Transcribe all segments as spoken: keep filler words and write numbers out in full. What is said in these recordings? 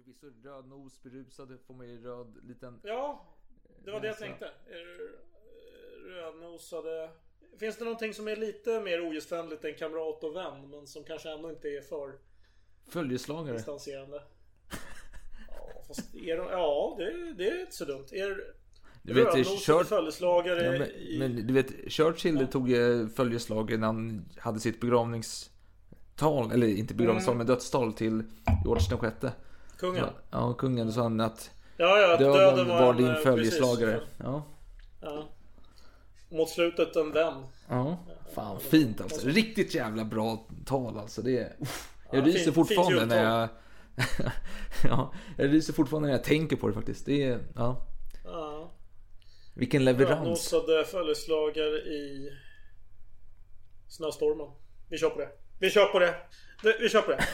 förvisso röd nos, berusad, får man ju röd liten... Ja, det var det jag tänkte. Rödnosade... Finns det någonting som är lite mer ogästvänligt än kamrat och vän, men som kanske ändå inte är för... Följeslagare. Distanserande. Ja, fast är de... ja det, det är inte så dumt. Är du vet, rödnosade Chur... följeslagare ja, men, i... men du vet, Churchill ja. tog följeslagare när han hade sitt begravningstal, eller inte begravningstal mm. men dödstal till George den sjätte. Kungen. Ja, ja, kungen sa han att ja, ja, döden, döden var, var en, din följeslagare. Ja. Ja. Mot slutet en vän. Ja, fan fint alltså. Riktigt jävla bra tal alltså. Det är, uff, jag ja, ryser fin, fortfarande när jag ja, jag ryser fortfarande när jag tänker på det faktiskt. Det är, ja. Ja. Vilken leverans. Rödnosade följeslagare i snöstormen. Vi kör på det. Vi kör på det. Vi kör på det.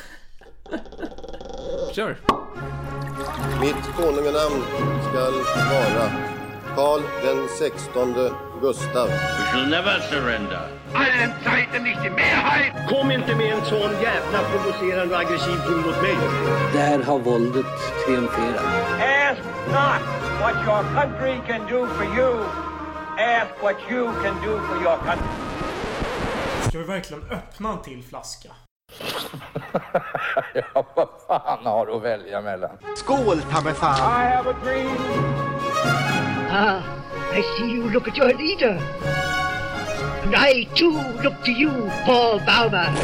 Kör. Mitt konunganamn skall vara Karl den sextonde Gustav. We shall never surrender. Allen Zeiten nicht die Mehrheit! Kom inte med en sån jävla provocerande och aggressiv ton mot mig. Där har våldet triumferat. Ask not what your country can do for you. Ask what you can do for your country. Ska vi verkligen öppna en till flaska? Ja, vad fan har du att välja mellan? Skål, ta mig fan! I have a dream. Ah, I see you look at your leader. And I too look to you, Paul Bauma.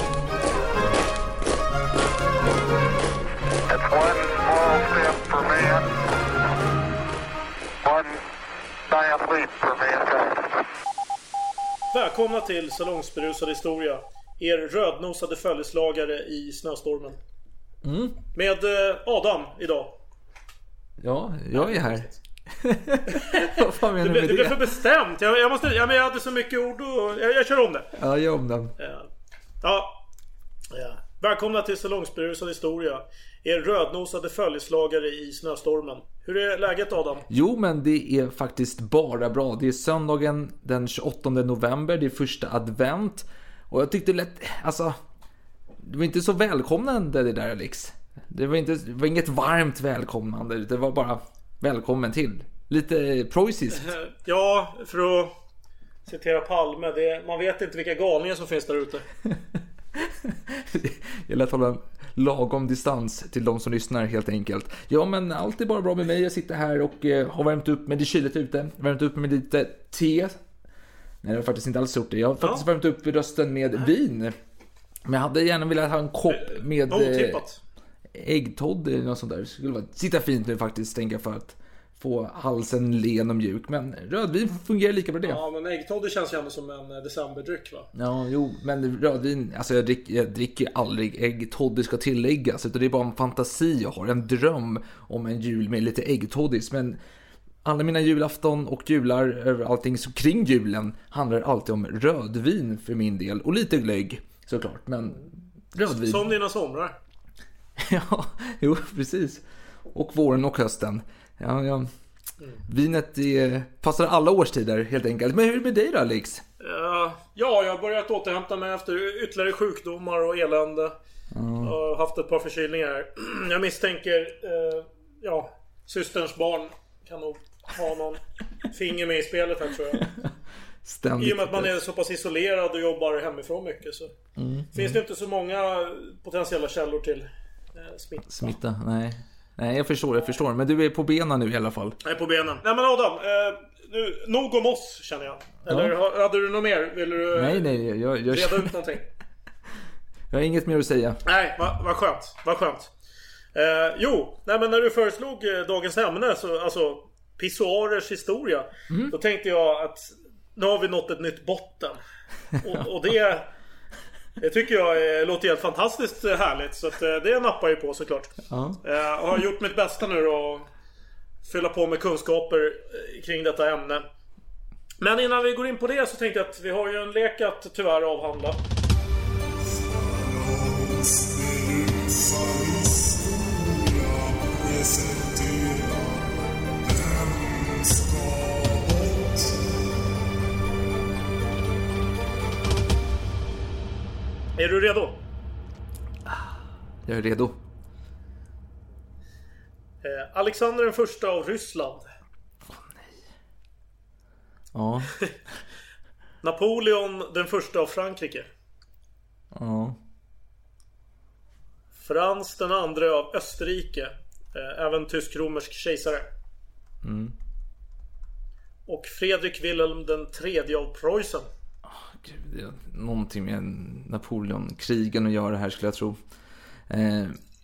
It's one small step for man. One giant leap for mankind. Välkomna till Salongsberusad historia. Er rödnosade följeslagare i snöstormen. Mm. Med eh, Adam idag. Ja, jag är här. Vad fan menar du med det? Det blev för bestämt. Jag, jag, måste, ja, men jag hade så mycket ord och jag, jag kör om det. Ja, gör om den. Ja. Ja. Ja. Välkomna till Salongsberusad historia. Er rödnosade följeslagare i snöstormen. Hur är läget, Adam? Jo, men det är faktiskt bara bra. Det är söndagen den tjugoåttonde november. Det är första advent. Och jag tyckte lätt, alltså, det var inte så välkomnande det där, Alex. Det var, inte, det var inget varmt välkomnande. Det var bara välkommen till. Lite preussiskt. Ja, för att citera Palme, det, man vet inte vilka galningar som finns där ute. Jag lät hålla en lagom distans till de som lyssnar helt enkelt. Ja, men allt är bara bra med mig. Jag sitter här och eh, har värmt upp med det kyligt ute. Värmt upp med lite te. Nej, det har faktiskt inte alls gjort det. Jag har faktiskt ja. värmt upp rösten med Nej. vin. Men jag hade gärna velat ha en kopp med eh, äggtodd eller något sånt där. Det skulle vara, sitta fint nu faktiskt, tänker jag, för att få halsen len och mjuk. Men rödvin fungerar lika bra det. Ja, men äggtodd känns ju ändå som en decemberdryck, va? Ja, jo, men rödvin, alltså jag dricker, jag dricker aldrig äggtodd, det ska tilläggas. Utan det är bara en fantasi jag har, en dröm om en jul med lite äggtoddis. Men alla mina julafton och jular, allting kring julen handlar alltid om rödvin för min del. Och lite glögg, såklart, men rödvin. Som dina somrar. Ja, jo, precis. Och våren och hösten. Ja, ja. Mm. Vinet är, passar alla årstider helt enkelt. Men hur är det med dig då, Alex? Uh, ja, jag har börjat återhämta mig efter ytterligare sjukdomar och elände. Mm. Jag har haft ett par förkylningar. Jag misstänker, uh, ja, systerns barn kan nog ha någon finger med i spelet här, tror jag. Ständigt. I och med att man är så pass isolerad och jobbar hemifrån mycket, så mm. finns mm. det inte så många potentiella källor till eh, smitta. Smitta, nej. Nej, jag förstår, jag förstår. Men du är på benen nu i alla fall. Jag är på benen. Nej, men Adam, eh, nu, nog om oss, känner jag. Eller ja. hade du något mer? Vill du nej, nej, jag, jag, reda ut någonting? Jag har inget mer att säga. Nej, vad va skönt, vad skönt. Eh, jo, nej, men när du föreslog eh, dagens ämne, så, alltså pissoarers historia, mm. då tänkte jag att nu har vi nått ett nytt botten. Och, och det, det tycker jag låter helt fantastiskt härligt. Så att det nappar ju på, såklart. Ja. Jag har gjort mitt bästa nu då, fylla på med kunskaper kring detta ämne. Men innan vi går in på det så tänkte jag att vi har ju en lek att tyvärr avhandla. Är du redo? Jag är redo. Eh, Alexander den första av Ryssland. Åh oh, nej. Ja. Napoleon den första av Frankrike. Ja. Frans den andra av Österrike. Eh, även tysk-romersk kejsare. Mm. Och Fredrik Wilhelm den tredje av Preussen. Oh, gud, det är någonting med Napoleon-krigen att göra här skulle jag tro. Eh...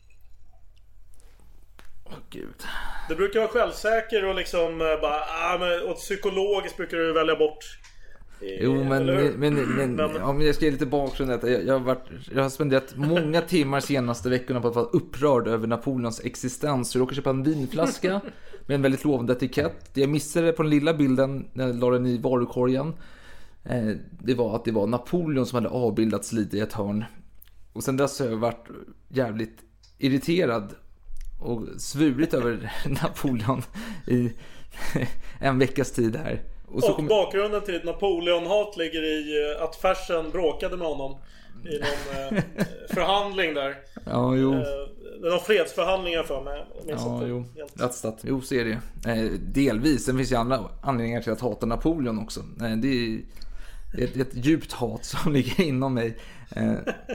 Oh, gud. Du brukar vara självsäker och liksom bara, ah, men, och psykologiskt brukar du välja bort. Jo, men, men, men, men, men, ja, men jag ska ge lite bakgrund detta. Jag, jag, har varit, jag har spenderat många timmar senaste veckorna på att vara upprörd över Napoleons existens. Jag råkade köpa en vinflaska med en väldigt lovande etikett. Jag missade på den lilla bilden när jag la den i varukorgen. Eh, det var att det var Napoleon som hade avbildats lite i ett hörn. Och sen dess har jag varit jävligt irriterad och svurit över Napoleon i en veckas tid här. Och, och kom... bakgrunden till ett Napoleon-hat ligger i att Fersen bråkade med honom i någon eh, förhandling där. Ja, jo. Eh, det var fredsförhandlingar för mig. Ja, jo. Helt... Jo, så är det. Eh, delvis. Sen finns ju andra anledningar till att hata Napoleon också. Eh, det är ett, ett djupt hat som ligger inom mig. Eh,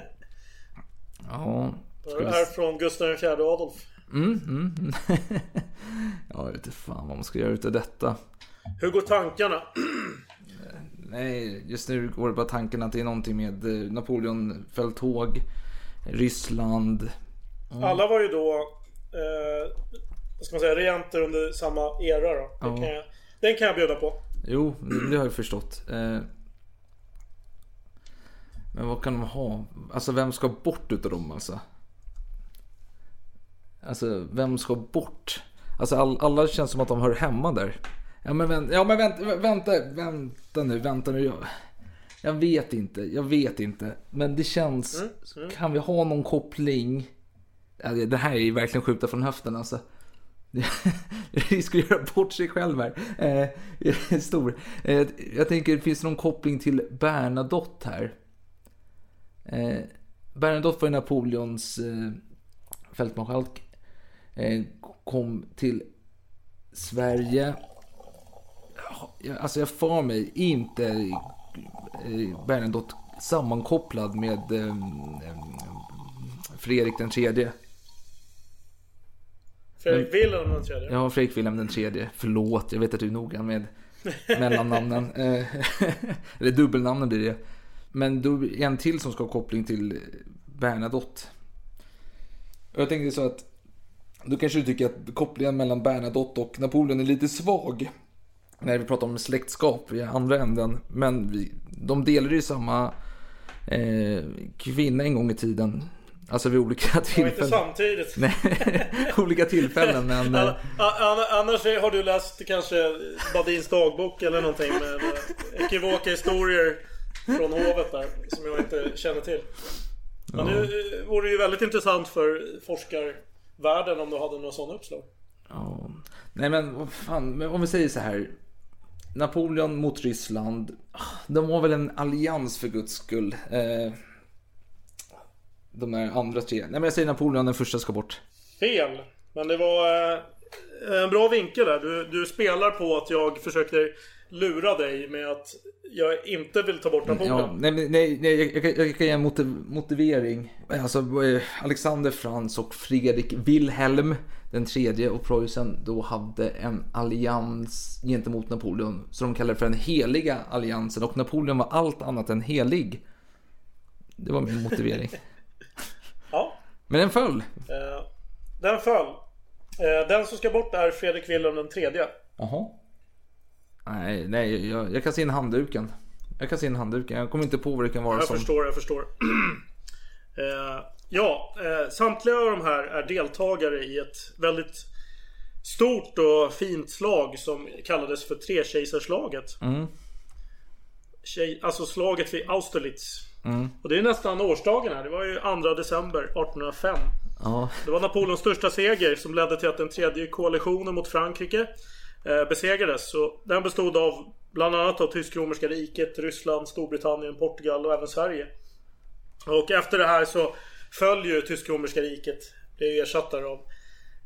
ja. Det är här från Gustav den fjärde Adolf. Mm, mm. Ja, jag vet inte fan vad man ska göra utav detta. Hur går tankarna? Nej, just nu går det bara tankarna att det är någonting med Napoleon fälttåg, Ryssland. Mm. Alla var ju då eh, vad ska man säga, regenter under samma era då. Ja. Kan jag, den kan jag bjuda på. Jo, det har jag förstått. eh, Men vad kan de ha? Alltså vem ska bort utav dem alltså? Alltså vem ska bort? Alltså all, alla känns som att de hör hemma där. Ja men, vänt, ja, men vänta, vänta, vänta nu, vänta nu. Jag, jag vet inte, jag vet inte. Men det känns, mm, mm. Kan vi ha någon koppling? Ja, det här är ju verkligen skjuta från höften alltså. Vi ska göra bort sig själv här. Eh, stor. Eh, jag tänker, finns det någon koppling till Bernadotte här? Eh, Bernadotte var ju Napoleons eh, fältmarskalk. Eh, kom till Sverige. Alltså jag får mig inte eh, Bernadotte sammankopplad med eh, Fredrik den tredje. Fredrik Wilhelm den tredje. Ja, Fredrik Wilhelm den tredje. Förlåt, jag vet att du är noga med mellannamnen. Eller dubbelnamnen blir det. Men då är en till som ska ha koppling till Bernadotte. Jag tänkte så att då kanske du tycker att kopplingen mellan Bernadotte och Napoleon är lite svag när vi pratar om släktskap i andra änden. Men vi, de delar ju samma eh, kvinna en gång i tiden. Alltså vid olika tillfällen. Inte samtidigt. Nej, olika tillfällen. Men... Annars har du läst kanske Badins dagbok eller någonting med ekivoka historier från hovet där som jag inte känner till. Men ja. Nu vore det ju väldigt intressant för forskarvärlden om du hade några sådana uppslag. Ja. Nej men vad fan, om vi säger så här. Napoleon mot Ryssland. De har väl en allians för guds skull. Eh, de är andra tre. Nej men jag säger Napoleon, den första ska bort. Fel. Men det var eh, en bra vinkel där. Du, du spelar på att jag försöker lura dig med att jag inte vill ta bort Napoleon. Ja, nej, nej, nej jag, jag, jag kan ge en motiv, motivering. Alltså Alexander Frans och Fredrik Wilhelm den tredje och Preussen då hade en allians gentemot Napoleon. Så de kallade det för den heliga alliansen. Och Napoleon var allt annat än helig. Det var min motivering. Ja. Men den föll. Uh, den föll. Uh, den som ska bort är Fredrik Wilhelm den tredje. Jaha. Nej, nej jag, jag kan se in handduken. Jag kan se in handduken. Jag kommer inte på vad det kan vara. Jag som... förstår, jag förstår. uh, Ja, eh, samtliga av de här är deltagare i ett väldigt stort och fint slag som kallades för Trekejsarslaget. Mm. Tjej, alltså slaget vid Austerlitz. Mm. Och det är nästan årsdagen här. Det var ju andra december artonhundrafem. Ja. Det var Napoleons största seger som ledde till att den tredje koalitionen mot Frankrike eh, besegrades. Så den bestod av bland annat av Tysk-romerska riket, Ryssland, Storbritannien, Portugal och även Sverige. Och efter det här så följer ju Tysk-romerska riket. Det är ju ersatt av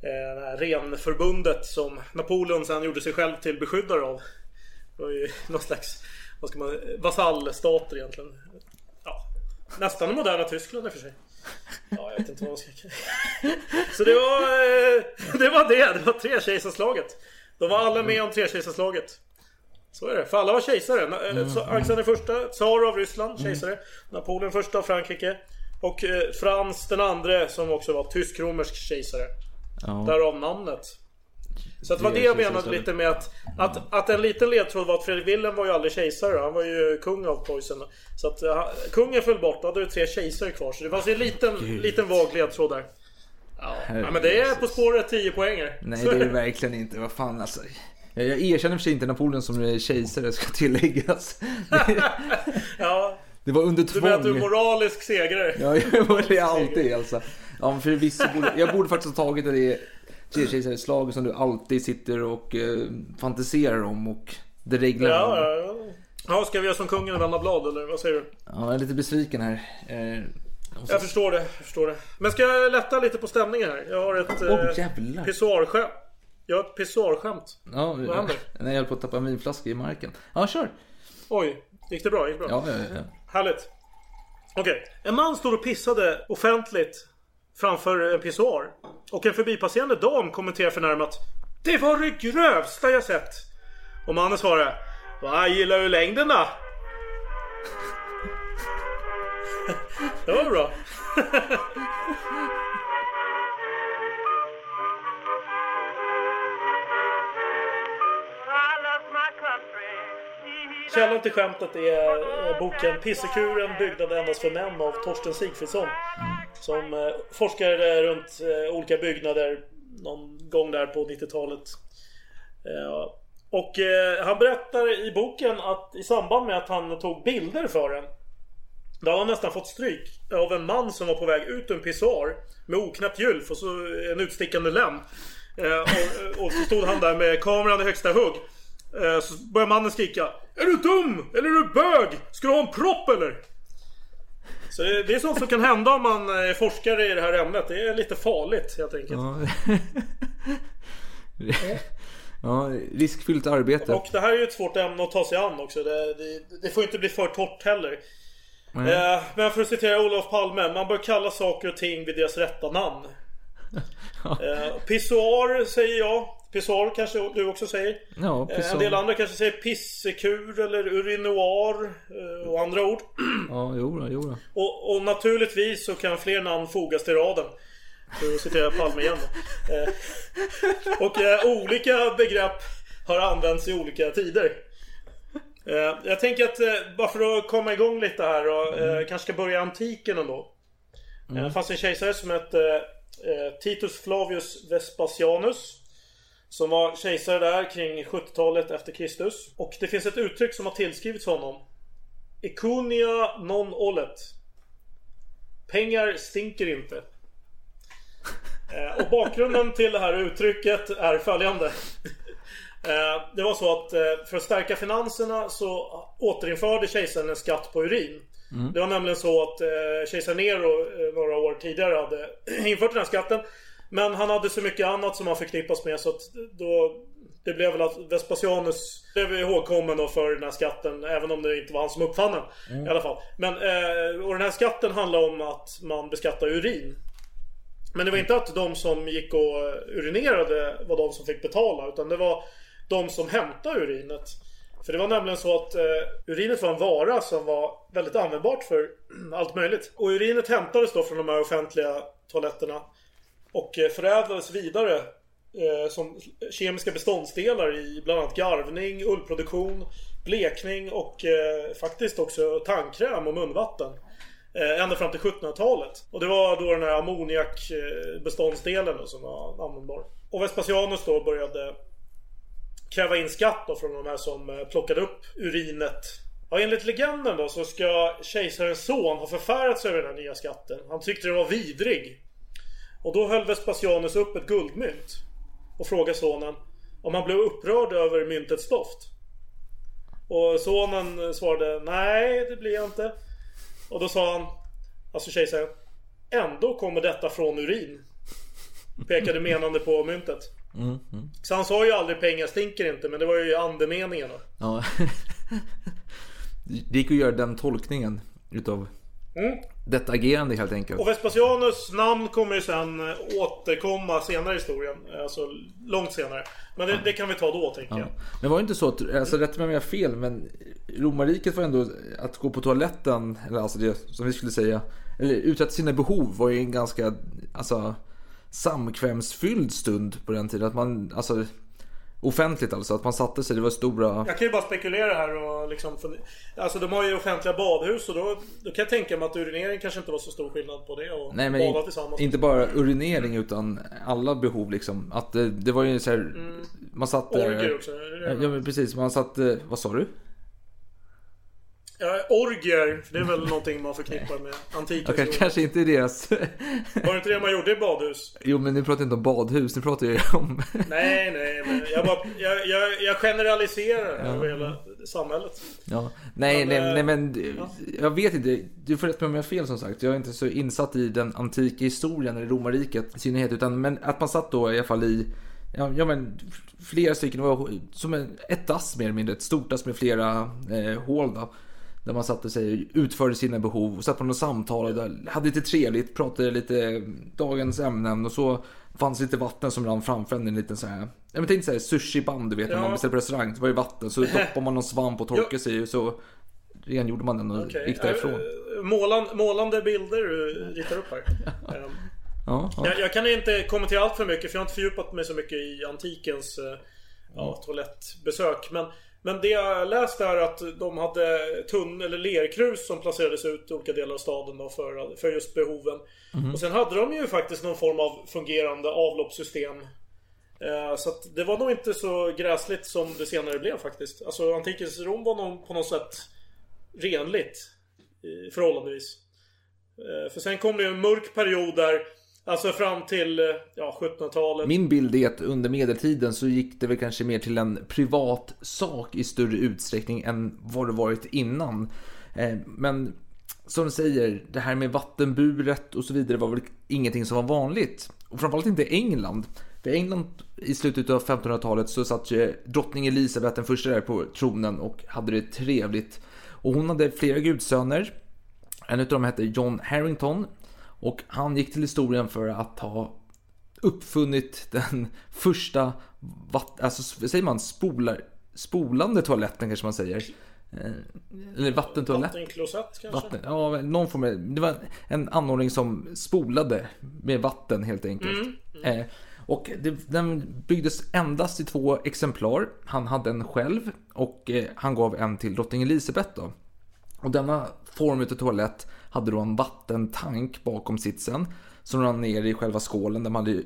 det här renförbundet som Napoleon sen gjorde sig själv till beskyddare av. Det var ju någon slags, vad ska man, vasallstater egentligen. Ja, nästan det moderna Tyskland i och för sig. Ja, jag vet inte vad man ska. Så det var det var det, det var tre kejsarslaget. De var alla med om tre kejsarslaget. Så är det, för alla var kejsare. mm. Alexander första, tsar av Ryssland, kejsare. mm. Napoleon första av Frankrike. Och eh, Frans den andra som också var tysk-romersk kejsare. Ja. Därav namnet. Så att det var det jag menade lite med att, att, att en liten ledtråd var att Fredrik Wilhelm var ju aldrig kejsare. Han var ju kung av Preussen. Så att uh, kungen föll bort, då hade du tre kejsare kvar. Så det var så en liten, liten vag ledtråd där. Ja. Ja, men det är på spåret tio poänger. Nej, det är det verkligen inte. Vad fan alltså. Jag, jag erkänner för sig inte Napoleon som kejsare, ska tilläggas. Ja. Det var under tvång. Du menar att du är moralisk segrare? Ja, jag var det alltid alltså. Ja, för vissa borde, jag borde faktiskt ha tagit det tre slag som du alltid sitter och eh, fantiserar om och det reglar. Ja, ja, ja. Ja, ska vi göra som kungen och vända blad eller vad säger du? Ja, jag är lite besviken här. Eh, så... Jag förstår det, jag förstår det. Men ska jag lätta lite på stämningen här? Jag har ett oh, eh, pissoarskämt. Jag har ett pissoarskämt. Ja, vad händer? Nej, jag höll på att tappa en vinflaska i marken. Ja, kör. Oj, gick det bra? Gick det bra? Ja, ja, ja. Härligt. Okej, okay. En man stod och pissade offentligt framför en pissoar. Och en förbipasserande dam kommenterar förnärmat: det var det grövsta jag sett. Och mannen svarar: vad gillar du längden då? Det var bra. Källan till skämtet är boken Pissekuren byggnad endast för män av Torsten Sigfridsson. Som eh, forskar runt eh, olika byggnader någon gång där på nittiotalet. Eh, och eh, han berättar i boken att i samband med att han tog bilder för den, då hade han nästan fått stryk av en man som var på väg ut ur en pissoar med oknäppt gylf och så en utstickande lem. Eh, och, och så stod han där med kameran i högsta hugg. Eh, så började mannen skrika: är du dum? Eller är du bög? Ska du ha en propp eller? Så det är sånt som kan hända om man är forskare i det här ämnet. Det är lite farligt helt enkelt. Ja, ja, riskfyllt arbete. Och det här är ju ett svårt ämne att ta sig an också. Det, det, det får inte bli för torrt heller. Mm. Men för att citera Olof Palme: man bör kalla saker och ting vid deras rätta namn. Ja. Pissoar säger jag. Pissoar kanske du också säger. Ja, en del andra kanske säger pissekur eller urinoir och andra ord. Ja, jo då, jo då. Och, och naturligtvis så kan fler namn fogas till raden. För att citera Palme igen då. Och eh, olika begrepp har använts i olika tider. eh, Jag tänker att eh, bara för att komma igång lite här och, eh, mm. kanske ska börja antiken ändå. mm. Det fanns en kejsare som hette eh, Titus Flavius Vespasianus, som var kejsare där kring sjuttiotalet efter Kristus. Och det finns ett uttryck som har tillskrivits honom: Econia non olet. Pengar stinker inte. Och bakgrunden till det här uttrycket är följande. Det var så att för att stärka finanserna så återinförde kejsaren en skatt på urin. Mm. Det var nämligen så att kejsar Nero några år tidigare hade infört den här skatten. Men han hade så mycket annat som han förknippas med, så att då, det blev väl att Vespasianus blev ihågkommen då för den här skatten, även om det inte var han som uppfann den. Mm. I alla fall. Men, och den här skatten handlar om att man beskattar urin. Men det var inte att de som gick och urinerade var de som fick betala, utan det var de som hämtade urinet. För det var nämligen så att eh, urinet var en vara som var väldigt användbart för allt möjligt. Och urinet hämtades då från de här offentliga toaletterna och eh, förädlades vidare eh, som kemiska beståndsdelar i bland annat garvning, ullproduktion, blekning och eh, faktiskt också tandkräm och munvatten. Eh, ända fram till sjuttonhundratalet. Och det var då den här ammoniakbeståndsdelen då, som var användbar. Och Vespasianus då började kräva in skatt då från de här som plockade upp urinet. Ja, enligt legenden då så ska kejsarens son ha förfärats över den här nya skatten. Han tyckte det var vidrig. Och då höll Vespasianus upp ett guldmynt och frågade sonen om han blev upprörd över myntets doft. Och sonen svarade: nej, det blir jag inte. Och då sa han, alltså kejsaren: ändå kommer detta från urin. Pekade menande på myntet. Mm, mm. Så han sa ju aldrig pengar stinker inte, men det var ju andemeningen då. Ja. Det gick att göra den tolkningen utav mm. detta agerande helt enkelt. Och Vespasianus namn kommer ju sen återkomma senare i historien. Alltså långt senare. Men det, det kan vi ta då, tänker ja. jag. Men var det inte så att, alltså rätt mig om jag har fel, men romarriket var ändå att gå på toaletten, eller alltså det som vi skulle säga, eller uträtta sina behov var ju en ganska, alltså samkvämsfylld stund på den tiden. Att man, alltså offentligt alltså, att man satte sig, det var stora... Jag kan ju bara spekulera här och liksom, för, alltså de har ju offentliga badhus och då, då kan jag tänka mig att urinering kanske inte var så stor skillnad på det och nej, men bada tillsammans. Inte bara urinering utan alla behov liksom, att det, det var ju så här, mm. man satt orger också. Ja men precis, man satt, vad sa du? Ja, orger, för det är väl någonting man förknippar med antiken. Okay, kanske inte i deras... Var det inte det man gjorde i badhus? Jo, men nu pratar jag inte om badhus, nu pratar jag om... nej, nej, men jag, bara, jag, jag, jag generaliserar ja. över hela samhället. Ja, nej, men, nej, nej, men ja. jag vet inte, du får rätt med om jag har fel som sagt. Jag är inte så insatt i den antika historien eller romarriket i synnerhet, utan men att man satt då i alla fall i... Ja, ja men flera stycken, var som ett dass mer eller mindre, ett stort dass med flera eh, hål då. Där man satte sig, utförde sina behov och satt på något samtal och där, hade lite trevligt, pratade lite dagens ämnen och så fanns lite vatten som rann framför en liten så här. Jag tänkte så här sushi-band, du vet, ja. när man beställer på restaurang, så var det vatten, så doppar man någon svamp och torkar sig och så rengjorde man den och okay. gick därifrån. Målan, målande bilder du ritar upp här. um, ja, ja. Jag, jag kan inte kommentera allt för mycket, för jag har inte fördjupat mig så mycket i antikens ja, toalettbesök, men Men det jag läste är att de hade tunn eller lerkrus som placerades ut i olika delar av staden då för, för just behoven. Mm. Och sen hade de ju faktiskt någon form av fungerande avloppssystem. Eh, så att det var nog inte så gräsligt som det senare blev faktiskt. Alltså antikens Rom var nog på något sätt renligt eh, förhållandevis. Eh, för sen kom det ju en mörk period där, alltså fram till ja, sjuttonhundratalet. Min bild är att under medeltiden så gick det väl kanske mer till en privat sak i större utsträckning än vad det varit innan. Eh, men som du säger, det här med vattenburet och så vidare var väl ingenting som var vanligt. Och framförallt inte England. För England i slutet av femtonhundratalet så satt ju drottning Elisabeth den första där på tronen och hade det trevligt. Och hon hade flera gudsöner. En av dem hette John Harrington. Och han gick till historien för att ha uppfunnit den första vatt, alltså säger man spolar, spolande toaletten kanske man säger. Eller vattentoalett. Vattenklosett kanske. Vatten, ja, någon form av, det var en anordning som spolade med vatten helt enkelt. Mm, mm. Eh, och det, den byggdes endast i två exemplar. Han hade en själv och eh, han gav en till drottning Elisabeth då. Och denna form av toalett hade då en vattentank bakom sitsen som rann ner i själva skålen där man hade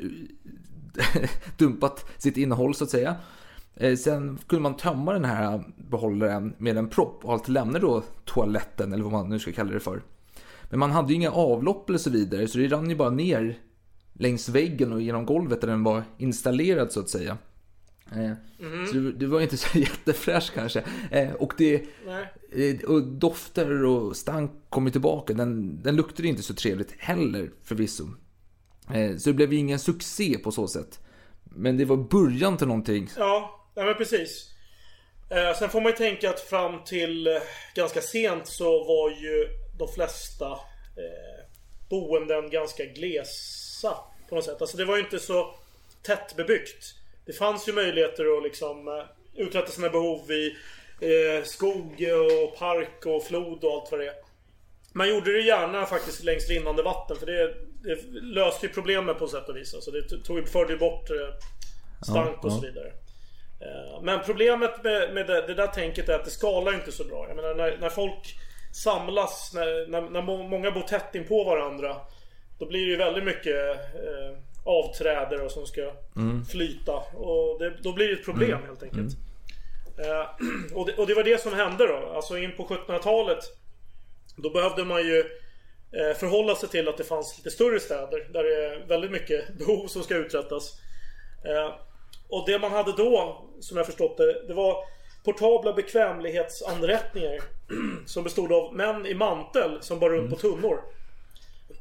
dumpat sitt innehåll så att säga. Sen kunde man tömma den här behållaren med en propp och allt lämnar då toaletten eller vad man nu ska kalla det för. Men man hade ju inga avlopp eller så vidare, så det rann ju bara ner längs väggen och genom golvet där den var installerad så att säga. Mm. Så det, det var inte så jättefräsch kanske. eh, Och det eh, och dofter och stank kom ju tillbaka. Den, den luktade inte så trevligt heller förvisso. eh, Så det blev ju ingen succé på så sätt. Men det var början till någonting. Ja, ja men precis. eh, Sen får man ju tänka att fram till eh, ganska sent så var ju de flesta eh, boenden ganska glesa på något sätt. Alltså det var ju inte så tätt bebyggt. Det fanns ju möjligheter att liksom uh, uträtta sina behov i uh, skog och park och flod och allt vad det är. Man gjorde det gärna faktiskt längs rinnande vatten, för det, det löste ju problemet på sätt och vis. Alltså det tog förde bort uh, stank ja, och så vidare. Uh, men problemet med, med det, det där tänket är att det skalar inte så bra. Jag menar, när, när folk samlas, när, när, när många bor tätt in på varandra, då blir det ju väldigt mycket... Uh, avträder och som ska mm. flyta och det, då blir det ett problem mm. helt enkelt. Mm. Uh, och, det, och det var det som hände då. Alltså in på sjuttonhundratalet då behövde man ju uh, förhålla sig till att det fanns lite större städer där det är väldigt mycket behov som ska uträttas. Uh, och det man hade då, som jag förstått det, det var portabla bekvämlighetsanrättningar som bestod av män i mantel som bar runt mm. på tunnor.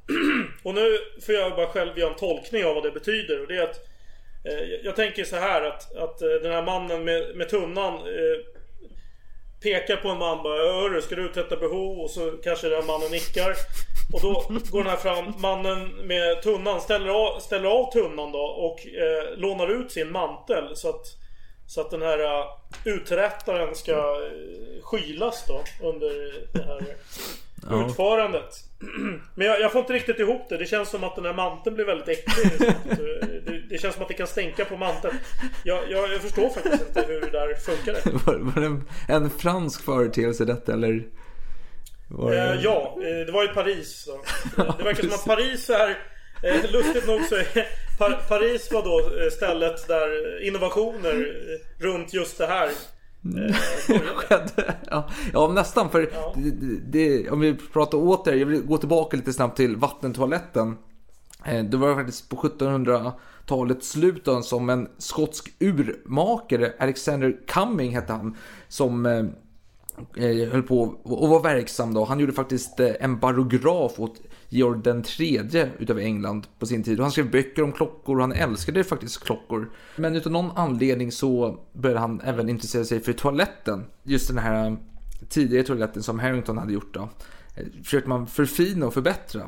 Och nu får jag bara själv göra en tolkning av vad det betyder. Och det är att eh, jag tänker så här att, att eh, den här mannen med, med tunnan eh, pekar på en man bara, Öre, ska du uträtta behov? Och så kanske den mannen nickar. Och då går den här fram, mannen med tunnan ställer av, ställer av tunnan då och eh, lånar ut sin mantel så att, så att den här uh, uträttaren ska uh, skylas då under det här ja. utförandet. Men jag, jag får inte riktigt ihop det. Det känns som att den här manteln blir väldigt äcklig. det, det känns som att det kan stänka på manteln. Jag, jag, jag förstår faktiskt inte hur det där funkar. Var, var det en, en fransk företeelse detta eller? Var det... Eh, ja, det var i Paris så. Det verkar som att Paris är eh, lustigt nog så är Par- Paris var då stället där innovationer runt just det här eh, ja, ja, nästan för ja. det, det, om vi pratar åter, jag vill gå tillbaka lite snabbt till vattentoaletten. eh, Det var faktiskt på sjuttonhundratalets slut som en skotsk urmakare, Alexander Cumming hette han, som eh, höll på och var verksam då. Han gjorde faktiskt en barograf åt Georg den tredje utav England på sin tid. Och han skrev böcker om klockor och han älskade faktiskt klockor. Men utan någon anledning så började han även intressera sig för toaletten. Just den här tidigare toaletten som Harrington hade gjort då. Försökte man förfina och förbättra.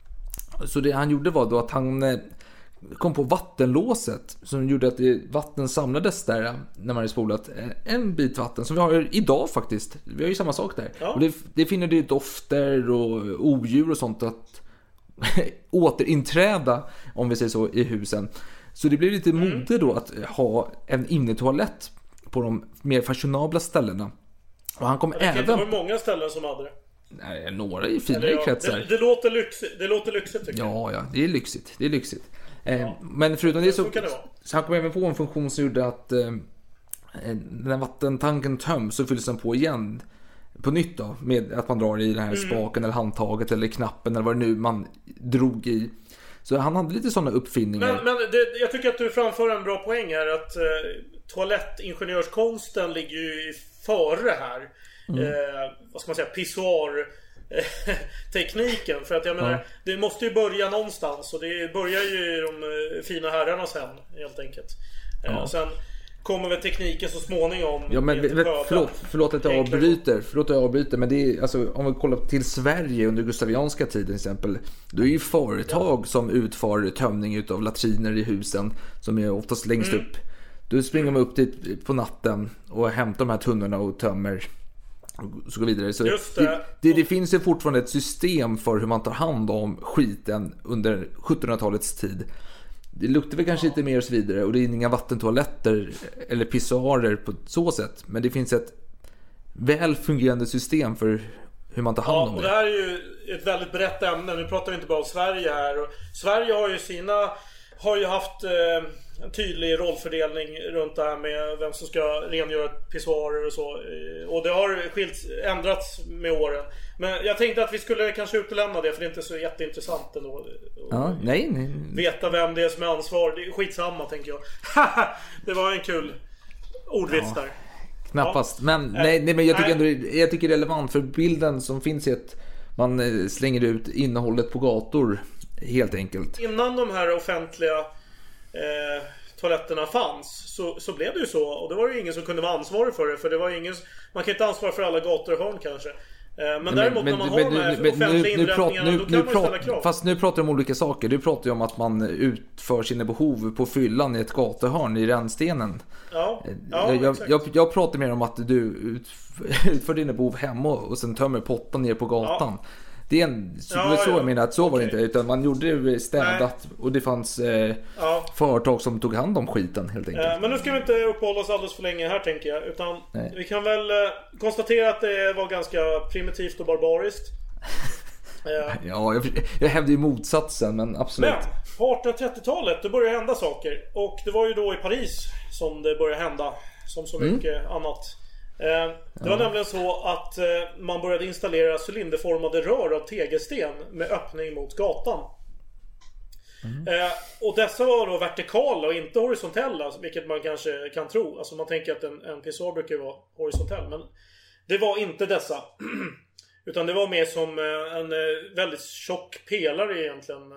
Så det han gjorde var då att han kom på vattenlåset som gjorde att vatten samlades där när man hade spolat en bit vatten som vi har idag faktiskt. Vi har ju samma sak där. Ja. Och det, det finner det dofter och odjur och sånt att återinträda, om vi säger så, i husen. Så det blev lite mm. mode då att ha en innetoalett på de mer fashionabla ställena. Och han kom det även... Det var många ställen som hade det. Nej, några i finare ja, kretsar. Det, det, låter lyxigt, det låter lyxigt tycker jag. Ja, ja, det är lyxigt. Det är lyxigt. Ja. Eh, men förutom det så, så, det så han kom även på en funktion som gjorde att eh, när vattentanken töms så fylls den på igen på nytt då, med att man drar i den här mm. spaken eller handtaget eller knappen eller vad det nu man drog i. Så han hade lite sådana uppfinningar. Men, men det, jag tycker att du framför en bra poäng här att eh, toalettingenjörskonsten ligger ju före här. Mm. Eh, vad ska man säga, pissoar tekniken, för att jag menar, ja. det måste ju börja någonstans och det börjar ju i de fina herrarna sen helt enkelt. Ja. Och sen kommer väl tekniken så småningom. Ja, men förlåt, förlåt att jag avbryter, förlåt att jag avbryter, men det är alltså, om vi kollar till Sverige under gustavianska tiden till exempel, då är ju företag ja. som utför tömning utav latriner i husen som är oftast längst mm. upp. Då springer man upp dit på natten och hämtar de här tunnorna och tömmer och så går vidare. Så Just det. Det, det, det finns ju fortfarande ett system för hur man tar hand om skiten under sjuttonhundratalets tid. Det luktar väl kanske ja. lite mer och så vidare, och det är inga vattentoaletter eller pissoarer på så sätt, men det finns ett väl fungerande system för hur man tar hand om ja, och det. Det här är ju ett väldigt brett ämne. Nu pratar vi inte bara om Sverige här. Och Sverige har ju sina har ju haft eh, en tydlig rollfördelning runt det här med vem som ska rengöra pissoarer och så. Och det har skilts, ändrats med åren. Men jag tänkte att vi skulle kanske utelämna det, för det är inte så jätteintressant ändå. Ja, nej, nej. Veta vem det är som är ansvar. Det är skitsamma, tänker jag. Det var en kul ordvits ja, där. Knappast. Ja. Men, nej, nej, men jag tycker ändå jag tycker det är relevant för bilden som finns i att man slänger ut innehållet på gator helt enkelt. Innan de här offentliga eh, toaletterna fanns så, så blev det ju så. Och det var ju ingen som kunde vara ansvarig för det. För det var ingen, man kan inte ansvara för alla gator och hörn kanske. Men, men däremot men, när man men, har de här men, offentliga nu, inrättningarna nu, då kan nu, man ju ställa krav. Fast nu pratar vi om olika saker. Du pratar ju om att man utför sina behov på fyllan i ett gatuhörn i rännstenen. Ja, ja, jag, jag, jag, jag pratar mer om att du utför dina behov hemma och sen tömmer pottan ner på gatan. Ja. Det är en, så, ja, så ja. jag menar att så okay. var det inte, utan man gjorde det städat. Nej. Och det fanns eh, ja. företag som tog hand om skiten helt enkelt. Eh, men nu ska vi inte uppehålla oss alldeles för länge här, tänker jag, utan Nej. vi kan väl eh, konstatera att det var ganska primitivt och barbariskt. eh. Ja, jag, jag hävdade ju motsatsen, men absolut. Men på artonhundratrettiotalet det började hända saker. Och det var ju då i Paris som det började hända, som så mycket mm. annat. Eh, det var ja. nämligen så att eh, man började installera cylinderformade rör av tegelsten med öppning mot gatan. Mm. eh, Och dessa var då vertikala och inte horisontella, vilket man kanske kan tro. Alltså man tänker att en, en pissoar brukar vara horisontell, men det var inte dessa. Utan det var mer som en väldigt tjock pelare egentligen.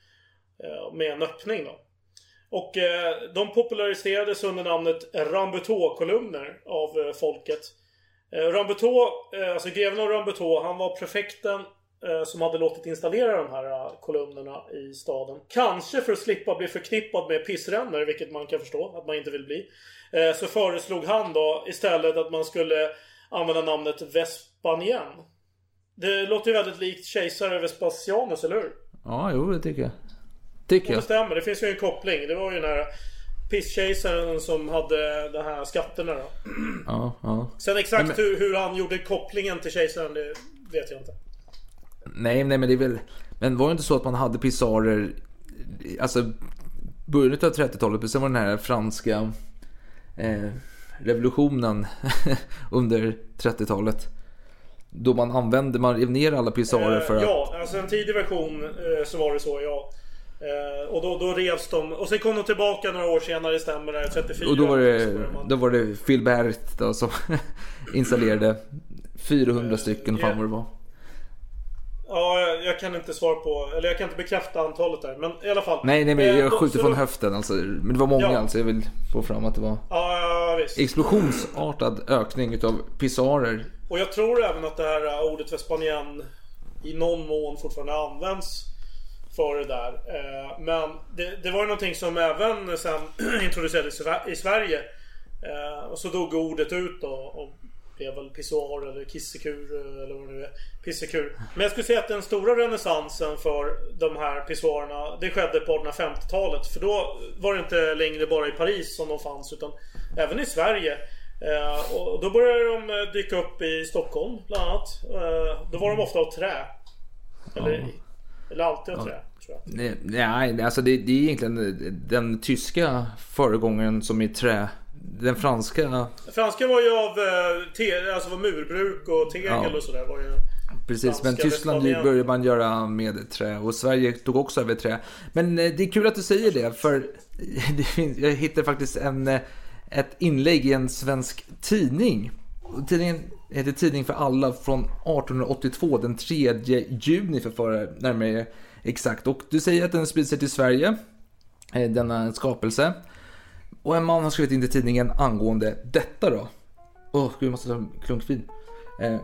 Med en öppning då. Och de populariserades under namnet Rambuteau-kolumner av folket. Rambuteau, alltså greven av Rambuteau, han var prefekten som hade låtit installera de här kolumnerna i staden. Kanske för att slippa bli förknippad med pissrännor, vilket man kan förstå att man inte vill bli. Så föreslog han då istället att man skulle använda namnet Vespasian. Det låter ju väldigt likt kejsare Vespasianus, eller hur? Ja, jo, det tycker jag. Tycker jag. Det stämmer, det finns ju en koppling. Det var ju den här pisskejsaren som hade de här skatterna då. Ja, ja. Sen exakt men... hur, hur han gjorde kopplingen till kejsaren, det vet jag inte. Nej, nej, men det är väl... Men var det inte så att man hade pissarer... Alltså, början av trettiotalet, sen var den här franska eh, revolutionen under trettiotalet. Då man använde, man rev ner alla pissarer för eh, att... Ja, alltså en tidig version eh, så var det så, ja. Eh, och då, då revs de. Och sen kom de tillbaka några år senare, det stämmer där, trettiofyra. Och då var det, man... då var det Filbert då, som installerade fyrahundra eh, stycken, fan vad det var. Ja, jag, jag kan inte svara på, eller jag kan inte bekräfta antalet där, men i alla fall. Nej, nej, men jag eh, skjuter då, från då... höften alltså. Men det var många, ja. alltså jag vill få fram att det var ja, ja, visst. explosionsartad ökning utav pissarer. Och jag tror även att det här ordet Vespasian i någon mån fortfarande används för det där. Eh, men det, det var ju någonting som även sen introducerades i Sverige. Eh, och så dog ordet ut då, och blev väl pissoar eller kissekur eller vad det nu är. Pissekur. Men jag skulle säga att den stora renässansen för de här pissoarerna, det skedde på artonhundrafemtiotalet. För då var det inte längre bara i Paris som de fanns, utan även i Sverige. Eh, och då började de dyka upp i Stockholm bland annat. Eh, då var de ofta av trä. Eller, ja. eller alltid av ja. trä, tror jag. Nej, nej alltså det, det är egentligen den tyska föregångaren som är trä. Den franska... Franska var ju av te, alltså var murbruk och tegel ja. och sådär var ju. Precis, men Tyskland började man göra med trä och Sverige tog också över trä. Men det är kul att du säger det, för det finns, jag hittade faktiskt en, ett inlägg i en svensk tidning. Tidningen heter Tidning för alla från arton åttiotvå, den tredje juni för förra närmare exakt. Och du säger att den sprids sig till Sverige, denna skapelse. Och en man har skrivit in till tidningen angående detta då. Åh, oh, gud, jag måste ta en klunkvin. Eh.